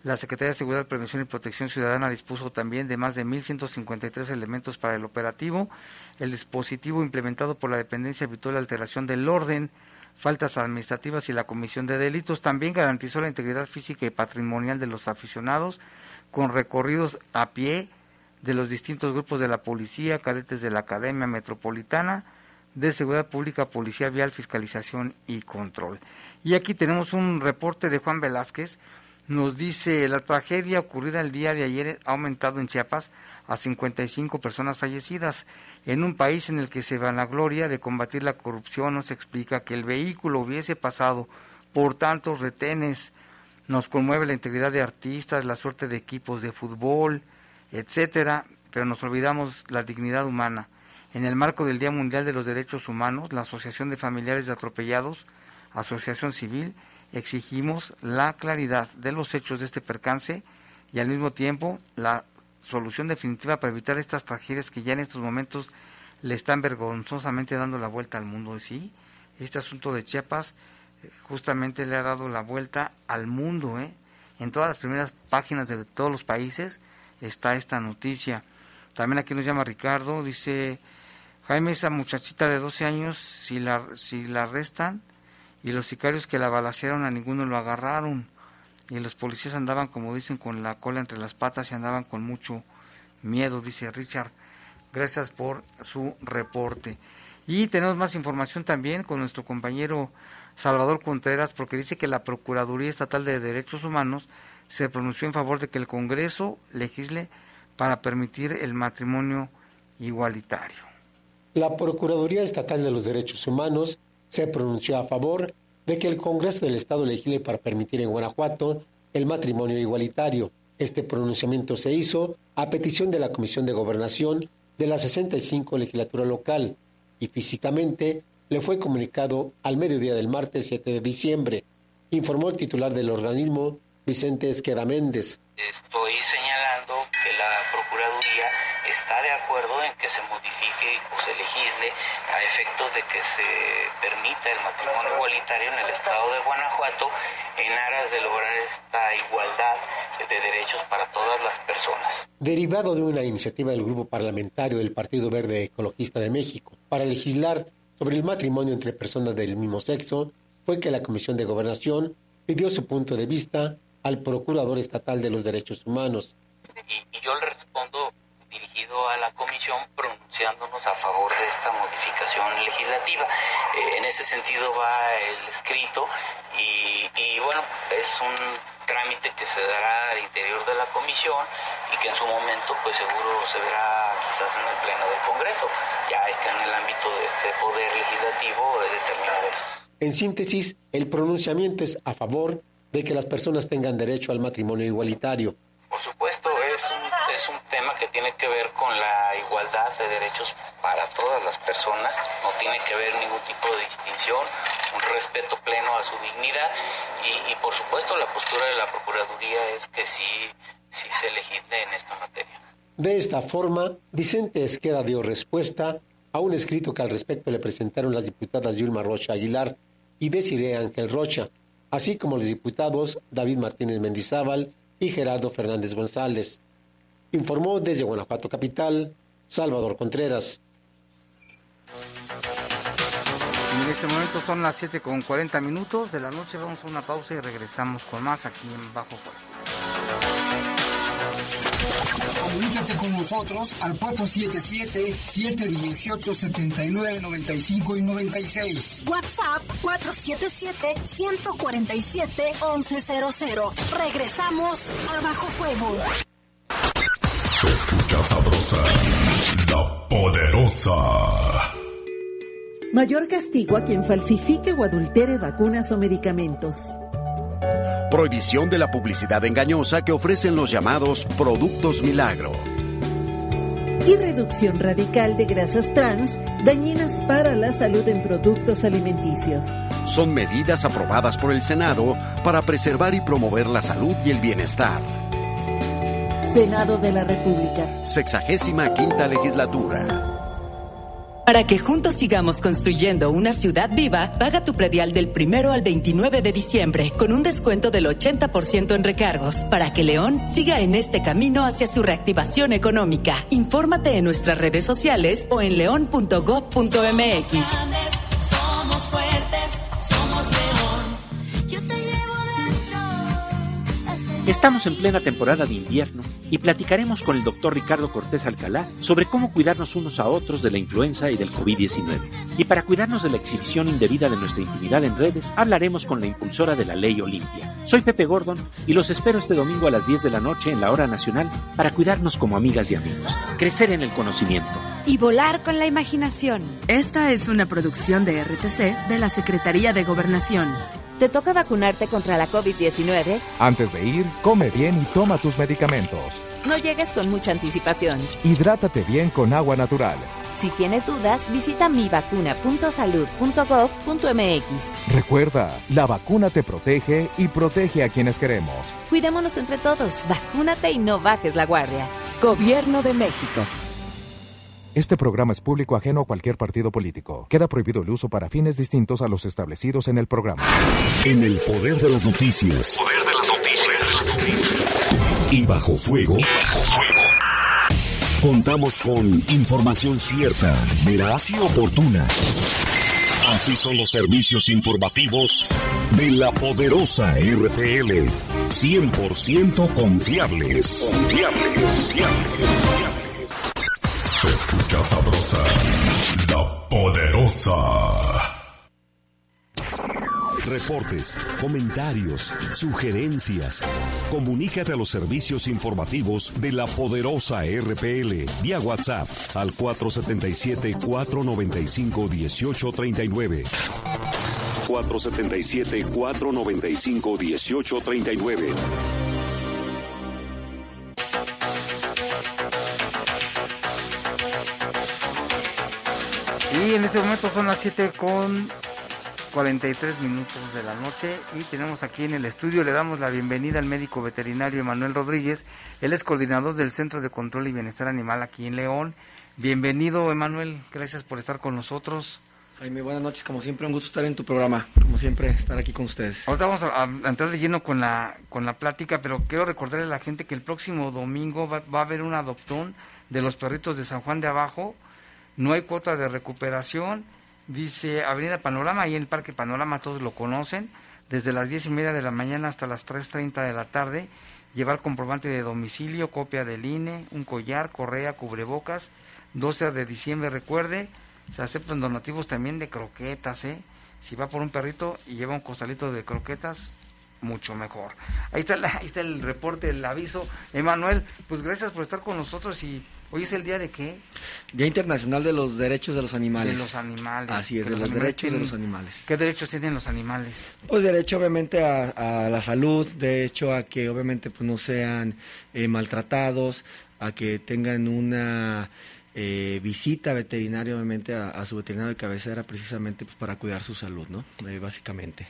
[SPEAKER 3] La Secretaría de Seguridad, Prevención y Protección Ciudadana dispuso también de más de 1,153 elementos para el operativo. El dispositivo implementado por la dependencia evitó la alteración del orden, faltas administrativas y la comisión de delitos. También garantizó la integridad física y patrimonial de los aficionados con recorridos a pie de los distintos grupos de la policía, cadetes de la Academia Metropolitana de Seguridad Pública, Policía Vial, Fiscalización y Control. Y aquí tenemos un reporte de Juan Velázquez. Nos dice, la tragedia ocurrida el día de ayer ha aumentado en Chiapas a 55 personas fallecidas. En un país en el que se vanagloria de combatir la corrupción, nos explica que el vehículo hubiese pasado por tantos retenes. Nos conmueve la integridad de artistas, la suerte de equipos de fútbol, etcétera, pero nos olvidamos la dignidad humana. En el marco del Día Mundial de los Derechos Humanos, la Asociación de Familiares de Atropellados, Asociación Civil, exigimos la claridad de los hechos de este percance y al mismo tiempo la solución definitiva para evitar estas tragedias que ya en estos momentos le están vergonzosamente dando la vuelta al mundo. Sí, este asunto de Chiapas justamente le ha dado la vuelta al mundo, En todas las primeras páginas de todos los países está esta noticia. También aquí nos llama Ricardo, dice, Jaime, esa muchachita de 12 años, si la arrestan, y los sicarios que la balacearon a ninguno lo agarraron, y los policías andaban, como dicen, con la cola entre las patas y andaban con mucho miedo, dice Richard. Gracias por su reporte. Y tenemos más información también con nuestro compañero Salvador Contreras, porque dice que la Procuraduría Estatal de Derechos Humanos se pronunció en favor de que el Congreso legisle para permitir el matrimonio igualitario.
[SPEAKER 19] La Procuraduría Estatal de los Derechos Humanos se pronunció a favor de que el Congreso del Estado legisle para permitir en Guanajuato el matrimonio igualitario. Este pronunciamiento se hizo a petición de la Comisión de Gobernación de la 65 Legislatura Local y físicamente le fue comunicado al mediodía del martes 7 de diciembre, informó el titular del organismo, Vicente Esqueda Méndez.
[SPEAKER 20] Estoy señalando que la Procuraduría está de acuerdo en que se modifique o se legisle a efectos de que se permita el matrimonio igualitario en el estado de Guanajuato en aras de lograr esta igualdad de derechos para todas las personas.
[SPEAKER 19] Derivado de una iniciativa del Grupo Parlamentario del Partido Verde Ecologista de México para legislar sobre el matrimonio entre personas del mismo sexo, fue que la Comisión de Gobernación pidió su punto de vista al Procurador Estatal de los Derechos Humanos.
[SPEAKER 20] Y yo le respondo dirigido a la comisión pronunciándonos a favor de esta modificación legislativa. En ese sentido va el escrito y bueno, es un trámite que se dará al interior de la comisión y que en su momento pues seguro se verá quizás en el pleno del Congreso. Ya está en el ámbito de este poder legislativo determinado eso.
[SPEAKER 19] En síntesis, el pronunciamiento es a favor de que las personas tengan derecho al matrimonio igualitario.
[SPEAKER 20] Por supuesto, es un tema que tiene que ver con la igualdad de derechos para todas las personas, no tiene que ver ningún tipo de distinción, un respeto pleno a su dignidad y por supuesto la postura de la Procuraduría es que sí se legisle en esta materia.
[SPEAKER 19] De esta forma, Vicente Esqueda dio respuesta a un escrito que al respecto le presentaron las diputadas Yulma Rocha Aguilar y Desiree Ángel Rocha, así como los diputados David Martínez Mendizábal y Gerardo Fernández González. Informó desde Guanajuato Capital, Salvador Contreras.
[SPEAKER 3] En este momento son las 7:40 de la noche. Vamos a una pausa y regresamos con más aquí en Bajo Fuego.
[SPEAKER 1] Comunícate con nosotros al 477-718-7995 y 96.
[SPEAKER 2] WhatsApp 477-147-1100. Regresamos a Bajo Fuego.
[SPEAKER 10] Se escucha sabrosa, La Poderosa.
[SPEAKER 14] Mayor castigo a quien falsifique o adultere vacunas o medicamentos.
[SPEAKER 21] Prohibición de la publicidad engañosa que ofrecen los llamados productos milagro.
[SPEAKER 14] Y reducción radical de grasas trans dañinas para la salud en productos alimenticios.
[SPEAKER 21] Son medidas aprobadas por el Senado para preservar y promover la salud y el bienestar.
[SPEAKER 14] Senado de la República.
[SPEAKER 21] 65ª Legislatura.
[SPEAKER 7] Para que juntos sigamos construyendo una ciudad viva, paga tu predial del 1 al 29 de diciembre con un descuento del 80% en recargos, para que León siga en este camino hacia su reactivación económica. Infórmate en nuestras redes sociales o en leon.gov.mx.
[SPEAKER 8] Somos fuertes, somos León.
[SPEAKER 5] Estamos en plena temporada de invierno y platicaremos con el doctor Ricardo Cortés Alcalá sobre cómo cuidarnos unos a otros de la influenza y del COVID-19. Y para cuidarnos de la exhibición indebida de nuestra intimidad en redes, hablaremos con la impulsora de la Ley Olimpia. Soy Pepe Gordon y los espero este domingo a las 10 de la noche en la Hora Nacional para cuidarnos como amigas y amigos. Crecer en el conocimiento.
[SPEAKER 22] Y volar con la imaginación.
[SPEAKER 23] Esta es una producción de RTC de la Secretaría de Gobernación.
[SPEAKER 22] ¿Te toca vacunarte contra la COVID-19?
[SPEAKER 24] Antes de ir, come bien y toma tus medicamentos.
[SPEAKER 22] No llegues con mucha anticipación.
[SPEAKER 24] Hidrátate bien con agua natural.
[SPEAKER 22] Si tienes dudas, visita mivacuna.salud.gov.mx.
[SPEAKER 24] Recuerda, la vacuna te protege y protege a quienes queremos.
[SPEAKER 22] Cuidémonos entre todos, vacúnate y no bajes la guardia.
[SPEAKER 23] Gobierno de México.
[SPEAKER 24] Este programa es público ajeno a cualquier partido político. Queda prohibido el uso para fines distintos a los establecidos en el programa.
[SPEAKER 4] En el poder de las noticias. Y bajo fuego. Contamos con información cierta, veraz y oportuna. Así son los servicios informativos de la poderosa RTL. 100% confiables.
[SPEAKER 10] Se escucha sabrosa, La Poderosa.
[SPEAKER 4] Reportes, comentarios, sugerencias. Comunícate a los servicios informativos de la poderosa RPL vía WhatsApp al 477-495-1839. 477-495-1839.
[SPEAKER 3] Y en este momento son las 7:43 de la noche y tenemos aquí en el estudio, le damos la bienvenida al médico veterinario Emanuel Rodríguez. Él es coordinador del Centro de Control y Bienestar Animal aquí en León. Bienvenido, Emanuel, gracias por estar con nosotros.
[SPEAKER 25] Jaime, buenas noches, como siempre un gusto estar en tu programa, como siempre estar aquí con ustedes.
[SPEAKER 3] Ahorita vamos a entrar de lleno con la plática, pero quiero recordarle a la gente que el próximo domingo va a haber un adoptón de los perritos de San Juan de Abajo. No hay cuota de recuperación, dice Avenida Panorama, ahí en el Parque Panorama, todos lo conocen, desde las 10:30 de la mañana hasta las 3:30 de la tarde, llevar comprobante de domicilio, copia del INE, un collar, correa, cubrebocas. 12 de diciembre, recuerde, se aceptan donativos también de croquetas, si va por un perrito y lleva un costalito de croquetas, mucho mejor. Ahí está el reporte, el aviso. Emanuel, pues gracias por estar con nosotros. Y hoy es el día de ¿qué?
[SPEAKER 25] Día Internacional de los Derechos de los Animales.
[SPEAKER 3] De los animales.
[SPEAKER 25] Así es, de los derechos de los animales.
[SPEAKER 3] ¿Qué derechos tienen los animales?
[SPEAKER 25] Pues derecho obviamente a la salud, derecho a que obviamente pues no sean maltratados, a que tengan una visita veterinaria obviamente a su veterinario de cabecera precisamente pues para cuidar su salud, ¿no? Básicamente.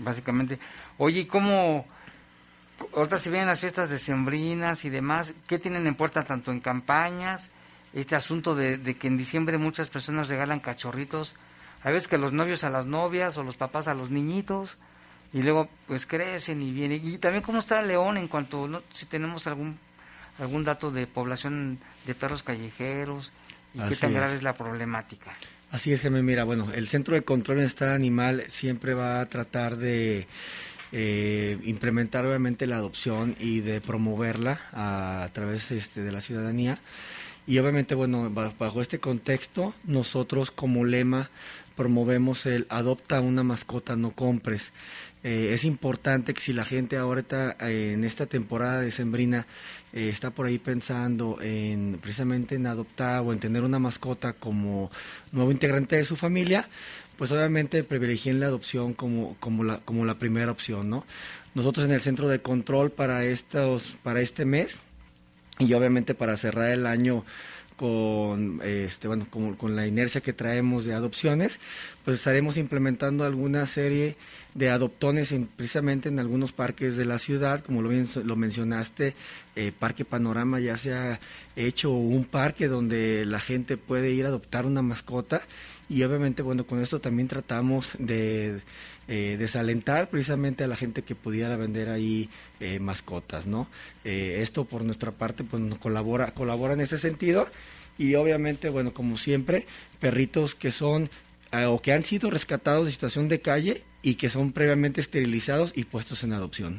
[SPEAKER 3] Oye, ¿y cómo ahorita se vienen las fiestas decembrinas y demás? ¿Qué tienen en puerta tanto en campañas? Este asunto de que en diciembre muchas personas regalan cachorritos, a veces que los novios a las novias o los papás a los niñitos, y luego pues crecen y vienen. Y también cómo está León en cuanto, ¿no? Si tenemos algún dato de población de perros callejeros y qué tan grave es la problemática.
[SPEAKER 25] Así es, Jaime. Mira, bueno, el Centro de Control y Bienestar Animal siempre va a tratar de implementar obviamente la adopción y de promoverla a través de la ciudadanía. Y obviamente, bueno, bajo este contexto, nosotros como lema promovemos el adopta una mascota, no compres. Es importante que si la gente ahorita en esta temporada decembrina está por ahí pensando precisamente en adoptar o en tener una mascota como nuevo integrante de su familia, pues obviamente privilegien la adopción como la primera opción, ¿no? Nosotros en el Centro de Control para este mes y obviamente para cerrar el año con con la inercia que traemos de adopciones, pues estaremos implementando alguna serie de adoptones precisamente en algunos parques de la ciudad, como lo mencionaste, Parque Panorama ya se ha hecho un parque donde la gente puede ir a adoptar una mascota, y obviamente con esto también tratamos de desalentar precisamente a la gente que pudiera vender ahí mascotas, ¿no? Esto por nuestra parte pues nos colabora en este sentido, y obviamente como siempre, perritos que son o que han sido rescatados de situación de calle y que son previamente esterilizados y puestos en adopción.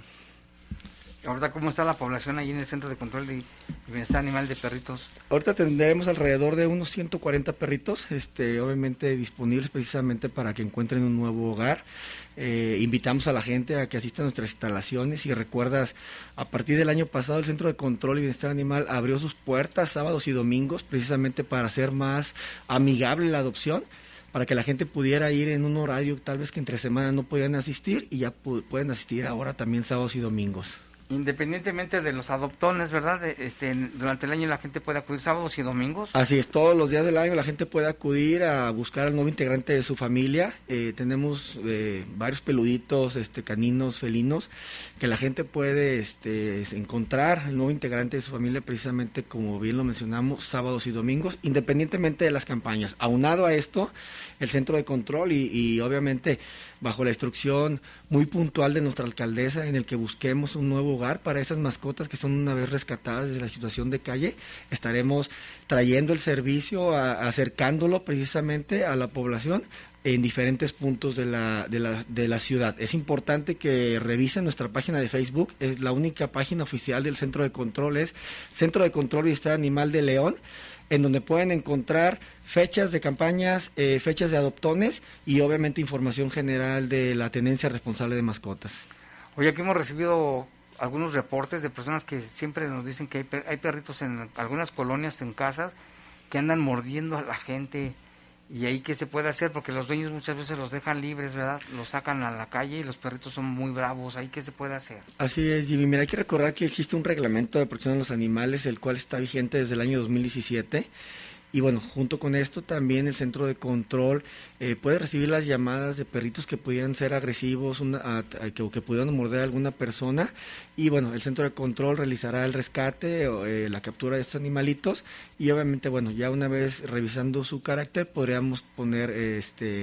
[SPEAKER 3] Ahorita, ¿cómo está la población ahí en el Centro de Control y Bienestar Animal de Perritos?
[SPEAKER 25] Ahorita tendremos alrededor de unos 140 perritos, obviamente disponibles precisamente para que encuentren un nuevo hogar. Invitamos a la gente a que asista a nuestras instalaciones. Si recuerdas, a partir del año pasado el Centro de Control y Bienestar Animal abrió sus puertas sábados y domingos precisamente para hacer más amigable la adopción, para que la gente pudiera ir en un horario tal vez que entre semana no podían asistir, y ya pueden asistir ahora también sábados y domingos.
[SPEAKER 3] Independientemente de los adoptones, ¿verdad? Durante el año la gente puede acudir sábados y domingos.
[SPEAKER 25] Así es, todos los días del año la gente puede acudir a buscar al nuevo integrante de su familia. Tenemos varios peluditos, caninos, felinos, que la gente puede encontrar el nuevo integrante de su familia precisamente, como bien lo mencionamos, sábados y domingos, independientemente de las campañas. Aunado a esto, el Centro de Control y obviamente bajo la instrucción muy puntual de nuestra alcaldesa, en el que busquemos un nuevo hogar para esas mascotas que son una vez rescatadas de la situación de calle, estaremos trayendo el servicio, acercándolo precisamente a la población en diferentes puntos de la ciudad. Es importante que revisen nuestra página de Facebook, es la única página oficial del Centro de Control, es Centro de Control y Bienestar Animal de León, en donde pueden encontrar fechas de campañas, fechas de adoptones y obviamente información general de la tenencia responsable de mascotas.
[SPEAKER 3] Oye, aquí hemos recibido algunos reportes de personas que siempre nos dicen que hay perritos en algunas colonias, en casas, que andan mordiendo a la gente. ¿Y ahí qué se puede hacer? Porque los dueños muchas veces los dejan libres, ¿verdad? Los sacan a la calle y los perritos son muy bravos. ¿Ahí qué se puede hacer?
[SPEAKER 25] Así es, Jimmy. Mira, hay que recordar que existe un reglamento de protección de los animales, el cual está vigente desde el año 2017. Y junto con esto también el Centro de Control puede recibir las llamadas de perritos que pudieran ser agresivos o que pudieran morder a alguna persona. Y el Centro de Control realizará el rescate o la captura de estos animalitos. Y obviamente, ya una vez revisando su carácter, podríamos poner,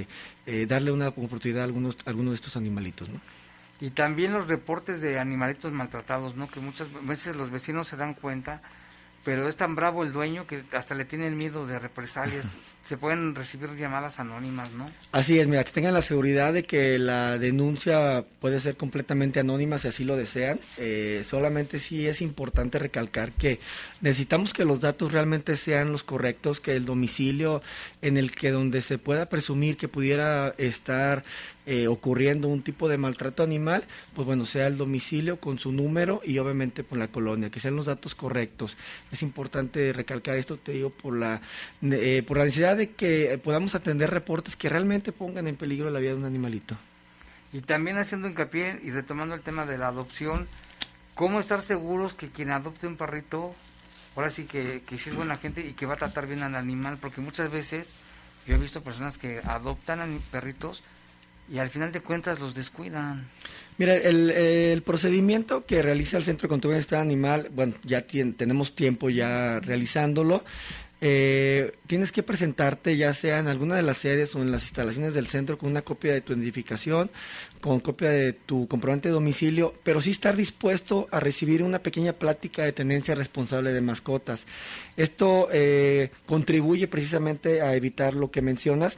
[SPEAKER 25] darle una oportunidad a algunos de estos animalitos, ¿no?
[SPEAKER 3] Y también los reportes de animalitos maltratados, ¿no? Que muchas veces los vecinos se dan cuenta, pero es tan bravo el dueño que hasta le tienen miedo de represalias. Se pueden recibir llamadas anónimas, ¿no?
[SPEAKER 25] Así es, mira, que tengan la seguridad de que la denuncia puede ser completamente anónima si así lo desean. Solamente sí es importante recalcar que necesitamos que los datos realmente sean los correctos, que el domicilio en el que donde se pueda presumir que pudiera estar ocurriendo un tipo de maltrato animal, pues sea el domicilio con su número y obviamente por la colonia, que sean los datos correctos. Es importante recalcar esto, te digo, por la necesidad de que podamos atender reportes que realmente pongan en peligro la vida de un animalito.
[SPEAKER 3] Y también haciendo hincapié y retomando el tema de la adopción, ¿cómo estar seguros que quien adopte un perrito, ahora sí que sí es buena gente y que va a tratar bien al animal? Porque muchas veces yo he visto personas que adoptan perritos y al final de cuentas los descuidan.
[SPEAKER 25] Mira, el procedimiento que realiza el Centro de Control de Bienestar Animal, ya tenemos tiempo ya realizándolo. Tienes que presentarte ya sea en alguna de las sedes o en las instalaciones del centro con una copia de tu identificación, con copia de tu comprobante de domicilio, pero sí estar dispuesto a recibir una pequeña plática de tenencia responsable de mascotas. Esto contribuye precisamente a evitar lo que mencionas.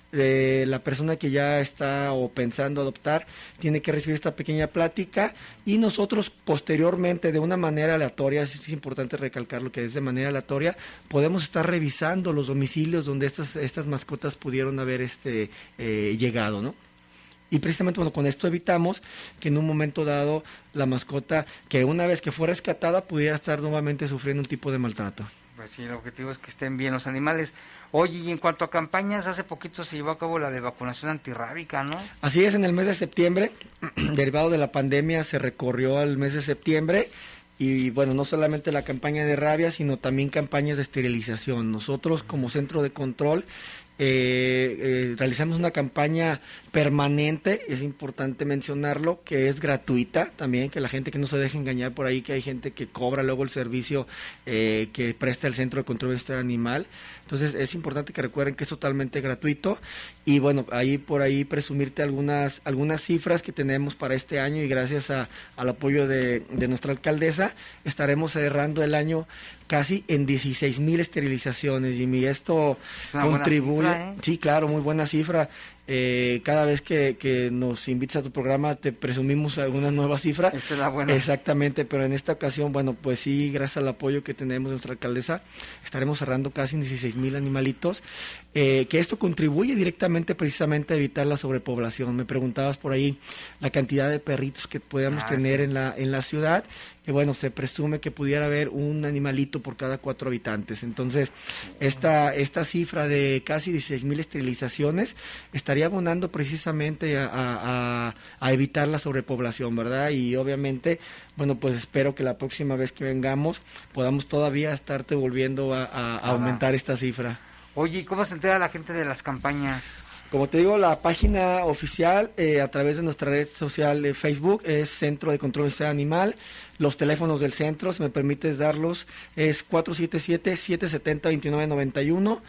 [SPEAKER 25] La persona que ya está o pensando adoptar tiene que recibir esta pequeña plática y nosotros posteriormente de una manera aleatoria, es importante recalcar lo que es de manera aleatoria, podemos estar revisando los domicilios donde estas mascotas pudieron haber llegado, ¿no? Y precisamente con esto evitamos que en un momento dado la mascota, que una vez que fue rescatada, pudiera estar nuevamente sufriendo un tipo de maltrato.
[SPEAKER 3] Pues sí, el objetivo es que estén bien los animales. Oye, y en cuanto a campañas, hace poquito se llevó a cabo la de vacunación antirrábica, ¿no?
[SPEAKER 25] Así es, en el mes de septiembre, derivado de la pandemia, se recorrió al mes de septiembre Y bueno, no solamente la campaña de rabia, sino también campañas de esterilización. Nosotros como centro de control realizamos una campaña permanente, es importante mencionarlo, que es gratuita también, que la gente que no se deje engañar por ahí, que hay gente que cobra luego el servicio que presta el Centro de Control de Bienestar Animal. Entonces es importante que recuerden que es totalmente gratuito. Y bueno, por ahí presumirte algunas cifras que tenemos para este año, y gracias al apoyo de nuestra alcaldesa estaremos cerrando el año casi en 16,000 esterilizaciones, Jimmy. Esto contribuye,
[SPEAKER 3] cifra, ¿eh?
[SPEAKER 25] Sí, claro, muy buena cifra. Cada vez que nos invitas a tu programa te presumimos alguna nueva cifra.
[SPEAKER 3] Esta es la buena.
[SPEAKER 25] Exactamente, pero en esta ocasión, bueno, pues sí, gracias al apoyo que tenemos de nuestra alcaldesa, estaremos cerrando casi en 16,000 animalitos, que esto contribuye directamente precisamente a evitar la sobrepoblación. Me preguntabas por ahí la cantidad de perritos que podamos tener en la ciudad. Bueno, se presume que pudiera haber un animalito por cada 4 habitantes. Entonces, esta cifra de casi 16,000 esterilizaciones estaría abonando precisamente a evitar la sobrepoblación, ¿verdad? Y obviamente, bueno, pues espero que la próxima vez que vengamos podamos todavía estarte volviendo a aumentar esta cifra.
[SPEAKER 3] Oye, ¿cómo se entera la gente de las campañas?
[SPEAKER 25] Como te digo, la página oficial a través de nuestra red social de Facebook es Centro de Control de Bienestar Animal. Los teléfonos del centro, si me permites darlos, es 477-770-2991,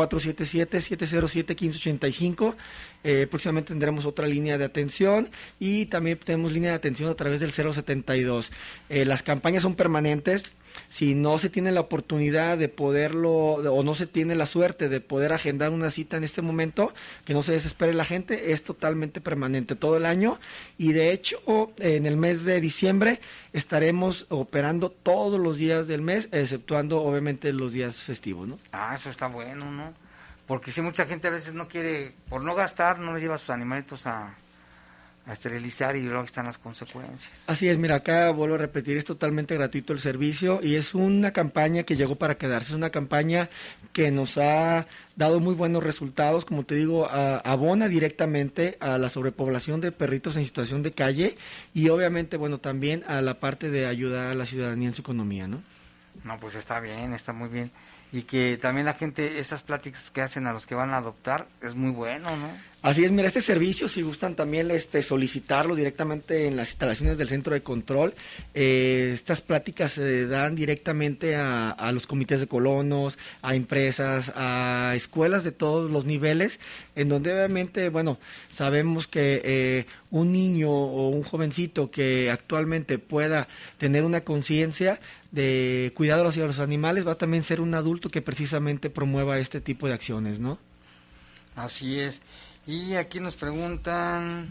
[SPEAKER 25] 477-707-1585. Próximamente tendremos otra línea de atención y también tenemos línea de atención a través del 072. Las campañas son permanentes. Si no se tiene la oportunidad de poderlo, o no se tiene la suerte de poder agendar una cita en este momento, que no se desespere la gente, es totalmente permanente todo el año. Y de hecho, en el mes de diciembre estaremos operando todos los días del mes, exceptuando obviamente los días festivos, ¿no?
[SPEAKER 3] Ah, eso está bueno, ¿no? Porque si mucha gente a veces no quiere, por no gastar, no le lleva a sus animalitos a esterilizar, y luego están las consecuencias.
[SPEAKER 25] Así es, mira, acá vuelvo a repetir, es totalmente gratuito el servicio y es una campaña que llegó para quedarse, es una campaña que nos ha dado muy buenos resultados, como te digo, abona directamente a la sobrepoblación de perritos en situación de calle y obviamente, bueno, también a la parte de ayudar a la ciudadanía en su economía, ¿no?
[SPEAKER 3] No, pues está bien, está muy bien. Y que también la gente, esas pláticas que hacen a los que van a adoptar, es muy bueno, ¿no?
[SPEAKER 25] Así es, mira, este servicio, si gustan también solicitarlo directamente en las instalaciones del centro de control, estas pláticas se dan directamente a los comités de colonos, a empresas, a escuelas de todos los niveles, en donde obviamente, bueno, sabemos que un niño o un jovencito que actualmente pueda tener una conciencia de cuidado hacia los animales, va a también ser un adulto que precisamente promueva este tipo de acciones, ¿no?
[SPEAKER 3] Así es. Y aquí nos preguntan,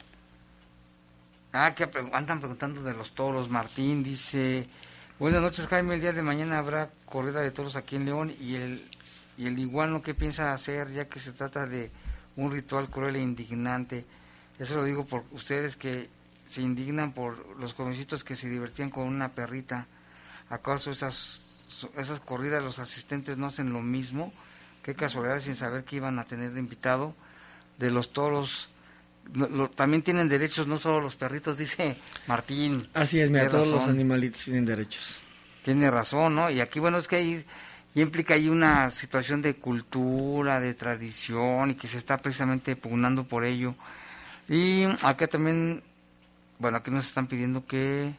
[SPEAKER 3] que andan preguntando de los toros. Martín dice, buenas noches Jaime, el día de mañana habrá corrida de toros aquí en León, y el iguano, ¿qué piensa hacer, ya que se trata de un ritual cruel e indignante? Eso lo digo por ustedes que se indignan por los jovencitos que se divertían con una perrita. ¿Acaso esas corridas los asistentes no hacen lo mismo? Qué casualidad, sin saber que iban a tener de invitado de los toros. También tienen derechos, no solo los perritos, dice Martín.
[SPEAKER 25] Así es, mira, todos los animalitos tienen derechos.
[SPEAKER 3] Tiene razón, ¿no? Y aquí, bueno, es que ahí implica ahí una situación de cultura, de tradición, y que se está precisamente pugnando por ello. Y acá también, bueno, aquí nos están pidiendo que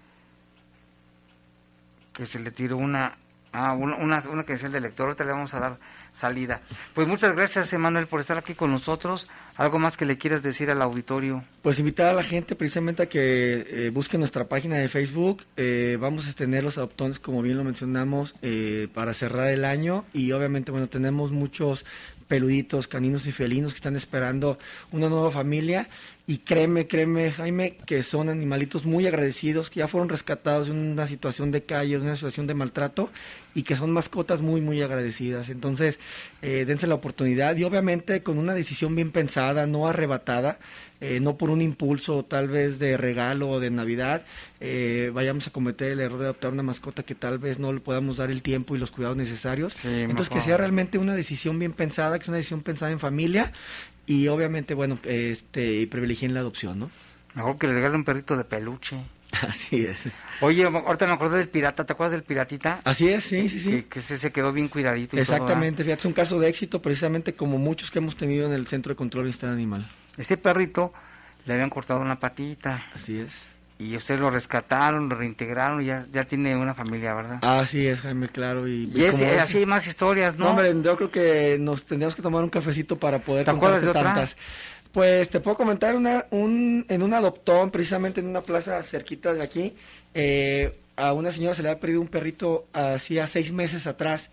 [SPEAKER 3] se le tire una canción del lector. Ahorita le vamos a dar salida. Pues muchas gracias, Emanuel, por estar aquí con nosotros. ¿Algo más que le quieras decir al auditorio?
[SPEAKER 25] Pues invitar a la gente precisamente a que busque nuestra página de Facebook. Vamos a tener los adoptones, como bien lo mencionamos, para cerrar el año, y obviamente, bueno, tenemos muchos peluditos, caninos y felinos que están esperando una nueva familia. Y créeme, Jaime, que son animalitos muy agradecidos, que ya fueron rescatados de una situación de calle, de una situación de maltrato, y que son mascotas muy, muy agradecidas. Entonces, dense la oportunidad, y obviamente con una decisión bien pensada, no arrebatada, no por un impulso tal vez de regalo o de Navidad, vayamos a cometer el error de adoptar una mascota que tal vez no le podamos dar el tiempo y los cuidados necesarios. Sí, entonces, que sea realmente una decisión bien pensada, que sea una decisión pensada en familia, y obviamente, bueno, privilegien la adopción, ¿no?
[SPEAKER 3] Mejor que le regale un perrito de peluche.
[SPEAKER 25] Así es.
[SPEAKER 3] Oye, ahorita me acordé del pirata, ¿te acuerdas del piratita?
[SPEAKER 25] Así es, sí.
[SPEAKER 3] Que se quedó bien cuidadito.
[SPEAKER 25] Exactamente, fíjate, es un caso de éxito precisamente como muchos que hemos tenido en el Centro de Control Bienestar Animal.
[SPEAKER 3] Ese perrito le habían cortado una patita.
[SPEAKER 25] Así es.
[SPEAKER 3] Y ustedes lo rescataron, lo reintegraron y ya tiene una familia, ¿verdad?
[SPEAKER 25] Así es, Jaime, claro. Y
[SPEAKER 3] así hay más historias, ¿no?
[SPEAKER 25] No, hombre, yo creo que nos tendríamos que tomar un cafecito para poder
[SPEAKER 3] contarte
[SPEAKER 25] tantas. Pues te puedo comentar en un adoptón, precisamente en una plaza cerquita de aquí, a una señora se le había perdido un perrito hacía 6 meses atrás.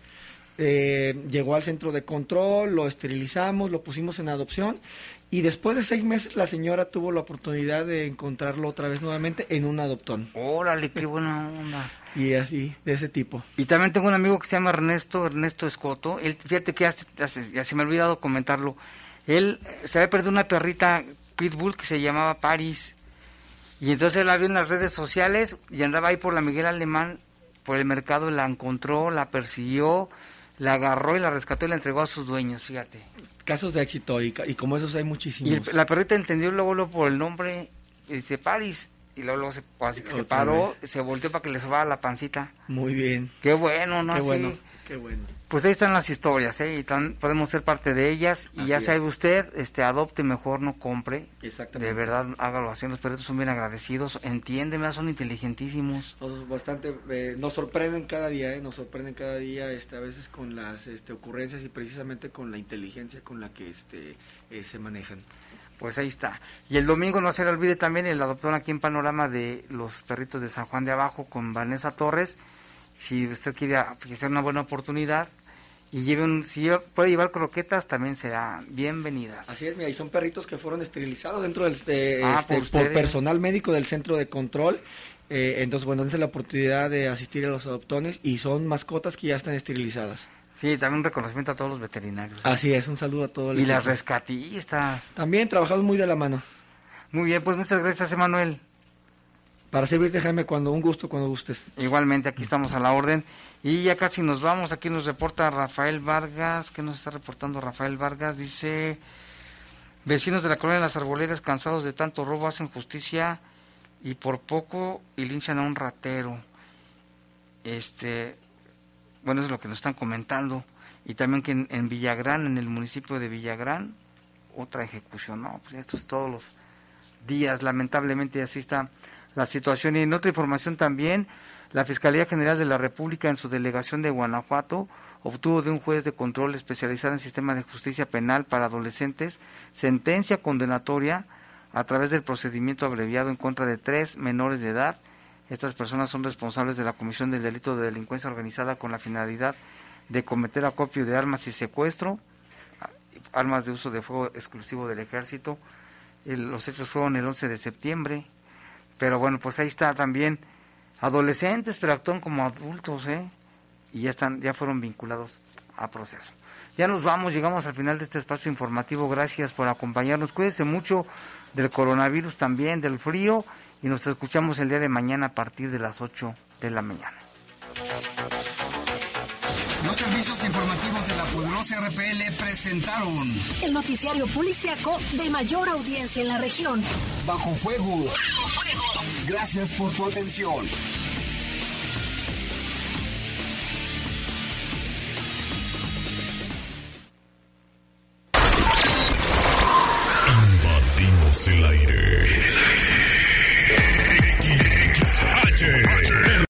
[SPEAKER 25] Llegó al centro de control, lo esterilizamos, lo pusimos en adopción y después de 6 meses la señora tuvo la oportunidad de encontrarlo otra vez nuevamente en un adoptón.
[SPEAKER 3] Órale, qué buena onda.
[SPEAKER 25] Y así, de ese tipo.
[SPEAKER 3] Y también tengo un amigo que se llama Ernesto Escoto. Él, fíjate que ya se me ha olvidado comentarlo. Él se había perdido una perrita pitbull que se llamaba Paris. Y entonces él la vio en las redes sociales y andaba ahí por la Miguel Alemán, por el mercado, la encontró, la persiguió, la agarró y la rescató y la entregó a sus dueños, fíjate.
[SPEAKER 25] Casos de éxito y como esos hay muchísimos.
[SPEAKER 3] Y la perrita entendió luego por el nombre, y dice Paris. Y luego se paró, se volteó para que le sobara la pancita.
[SPEAKER 25] Muy bien.
[SPEAKER 3] Qué bueno, ¿no?
[SPEAKER 25] Qué
[SPEAKER 3] Así,
[SPEAKER 25] bueno.
[SPEAKER 3] Pues ahí están las historias, y podemos ser parte de ellas. Y así ya sabe usted, adopte mejor, no compre.
[SPEAKER 25] Exactamente.
[SPEAKER 3] De verdad, hágalo así. Los perritos son bien agradecidos, entiéndeme, son inteligentísimos.
[SPEAKER 25] Bastante, nos sorprenden cada día, a veces con las ocurrencias y precisamente con la inteligencia con la que se manejan.
[SPEAKER 3] Pues ahí está. Y el domingo no se le olvide también el adoptón aquí en Panorama de los perritos de San Juan de Abajo con Vanessa Torres. Si usted quiere hacer una buena oportunidad y si puede llevar croquetas, también serán bienvenidas.
[SPEAKER 25] Así es, mira, y son perritos que fueron esterilizados dentro del
[SPEAKER 3] por
[SPEAKER 25] personal médico del centro de control. Entonces, bueno, dense la oportunidad de asistir a los adoptones y son mascotas que ya están esterilizadas.
[SPEAKER 3] Sí, también un reconocimiento a todos los veterinarios.
[SPEAKER 25] Así es, un saludo a todos.
[SPEAKER 3] Y las rescatistas.
[SPEAKER 25] También trabajamos muy de la mano.
[SPEAKER 3] Muy bien, pues muchas gracias, Emanuel.
[SPEAKER 25] Para servirte, Jaime, un gusto, cuando gustes.
[SPEAKER 3] Igualmente, aquí estamos a la orden. Y ya casi nos vamos, aquí nos reporta Rafael Vargas. ¿Qué nos está reportando Rafael Vargas? Dice, vecinos de la colonia de Las Arboledas, cansados de tanto robo, hacen justicia y por poco y linchan a un ratero. Bueno, es lo que nos están comentando. Y también que en Villagrán, en el municipio de Villagrán, otra ejecución. No, pues esto es todos los días, lamentablemente así está la situación. Y en otra información también, la Fiscalía General de la República en su delegación de Guanajuato obtuvo de un juez de control especializado en sistema de justicia penal para adolescentes sentencia condenatoria a través del procedimiento abreviado en contra de 3 menores de edad. Estas personas son responsables de la comisión del delito de delincuencia organizada con la finalidad de cometer acopio de armas y secuestro, armas de uso de fuego exclusivo del ejército. Los hechos fueron el 11 de septiembre, pero bueno, pues ahí está también adolescentes, pero actúan como adultos, y ya fueron vinculados a proceso. Ya nos vamos, llegamos al final de este espacio informativo. Gracias por acompañarnos. Cuídense mucho del coronavirus también, del frío, y nos escuchamos el día de mañana a partir de las 8 de la mañana.
[SPEAKER 1] Los servicios informativos de la poderosa RPL presentaron
[SPEAKER 2] el noticiario policiaco de mayor audiencia en la región.
[SPEAKER 1] Bajo Fuego. Gracias por tu atención.
[SPEAKER 10] Invadimos el aire. XH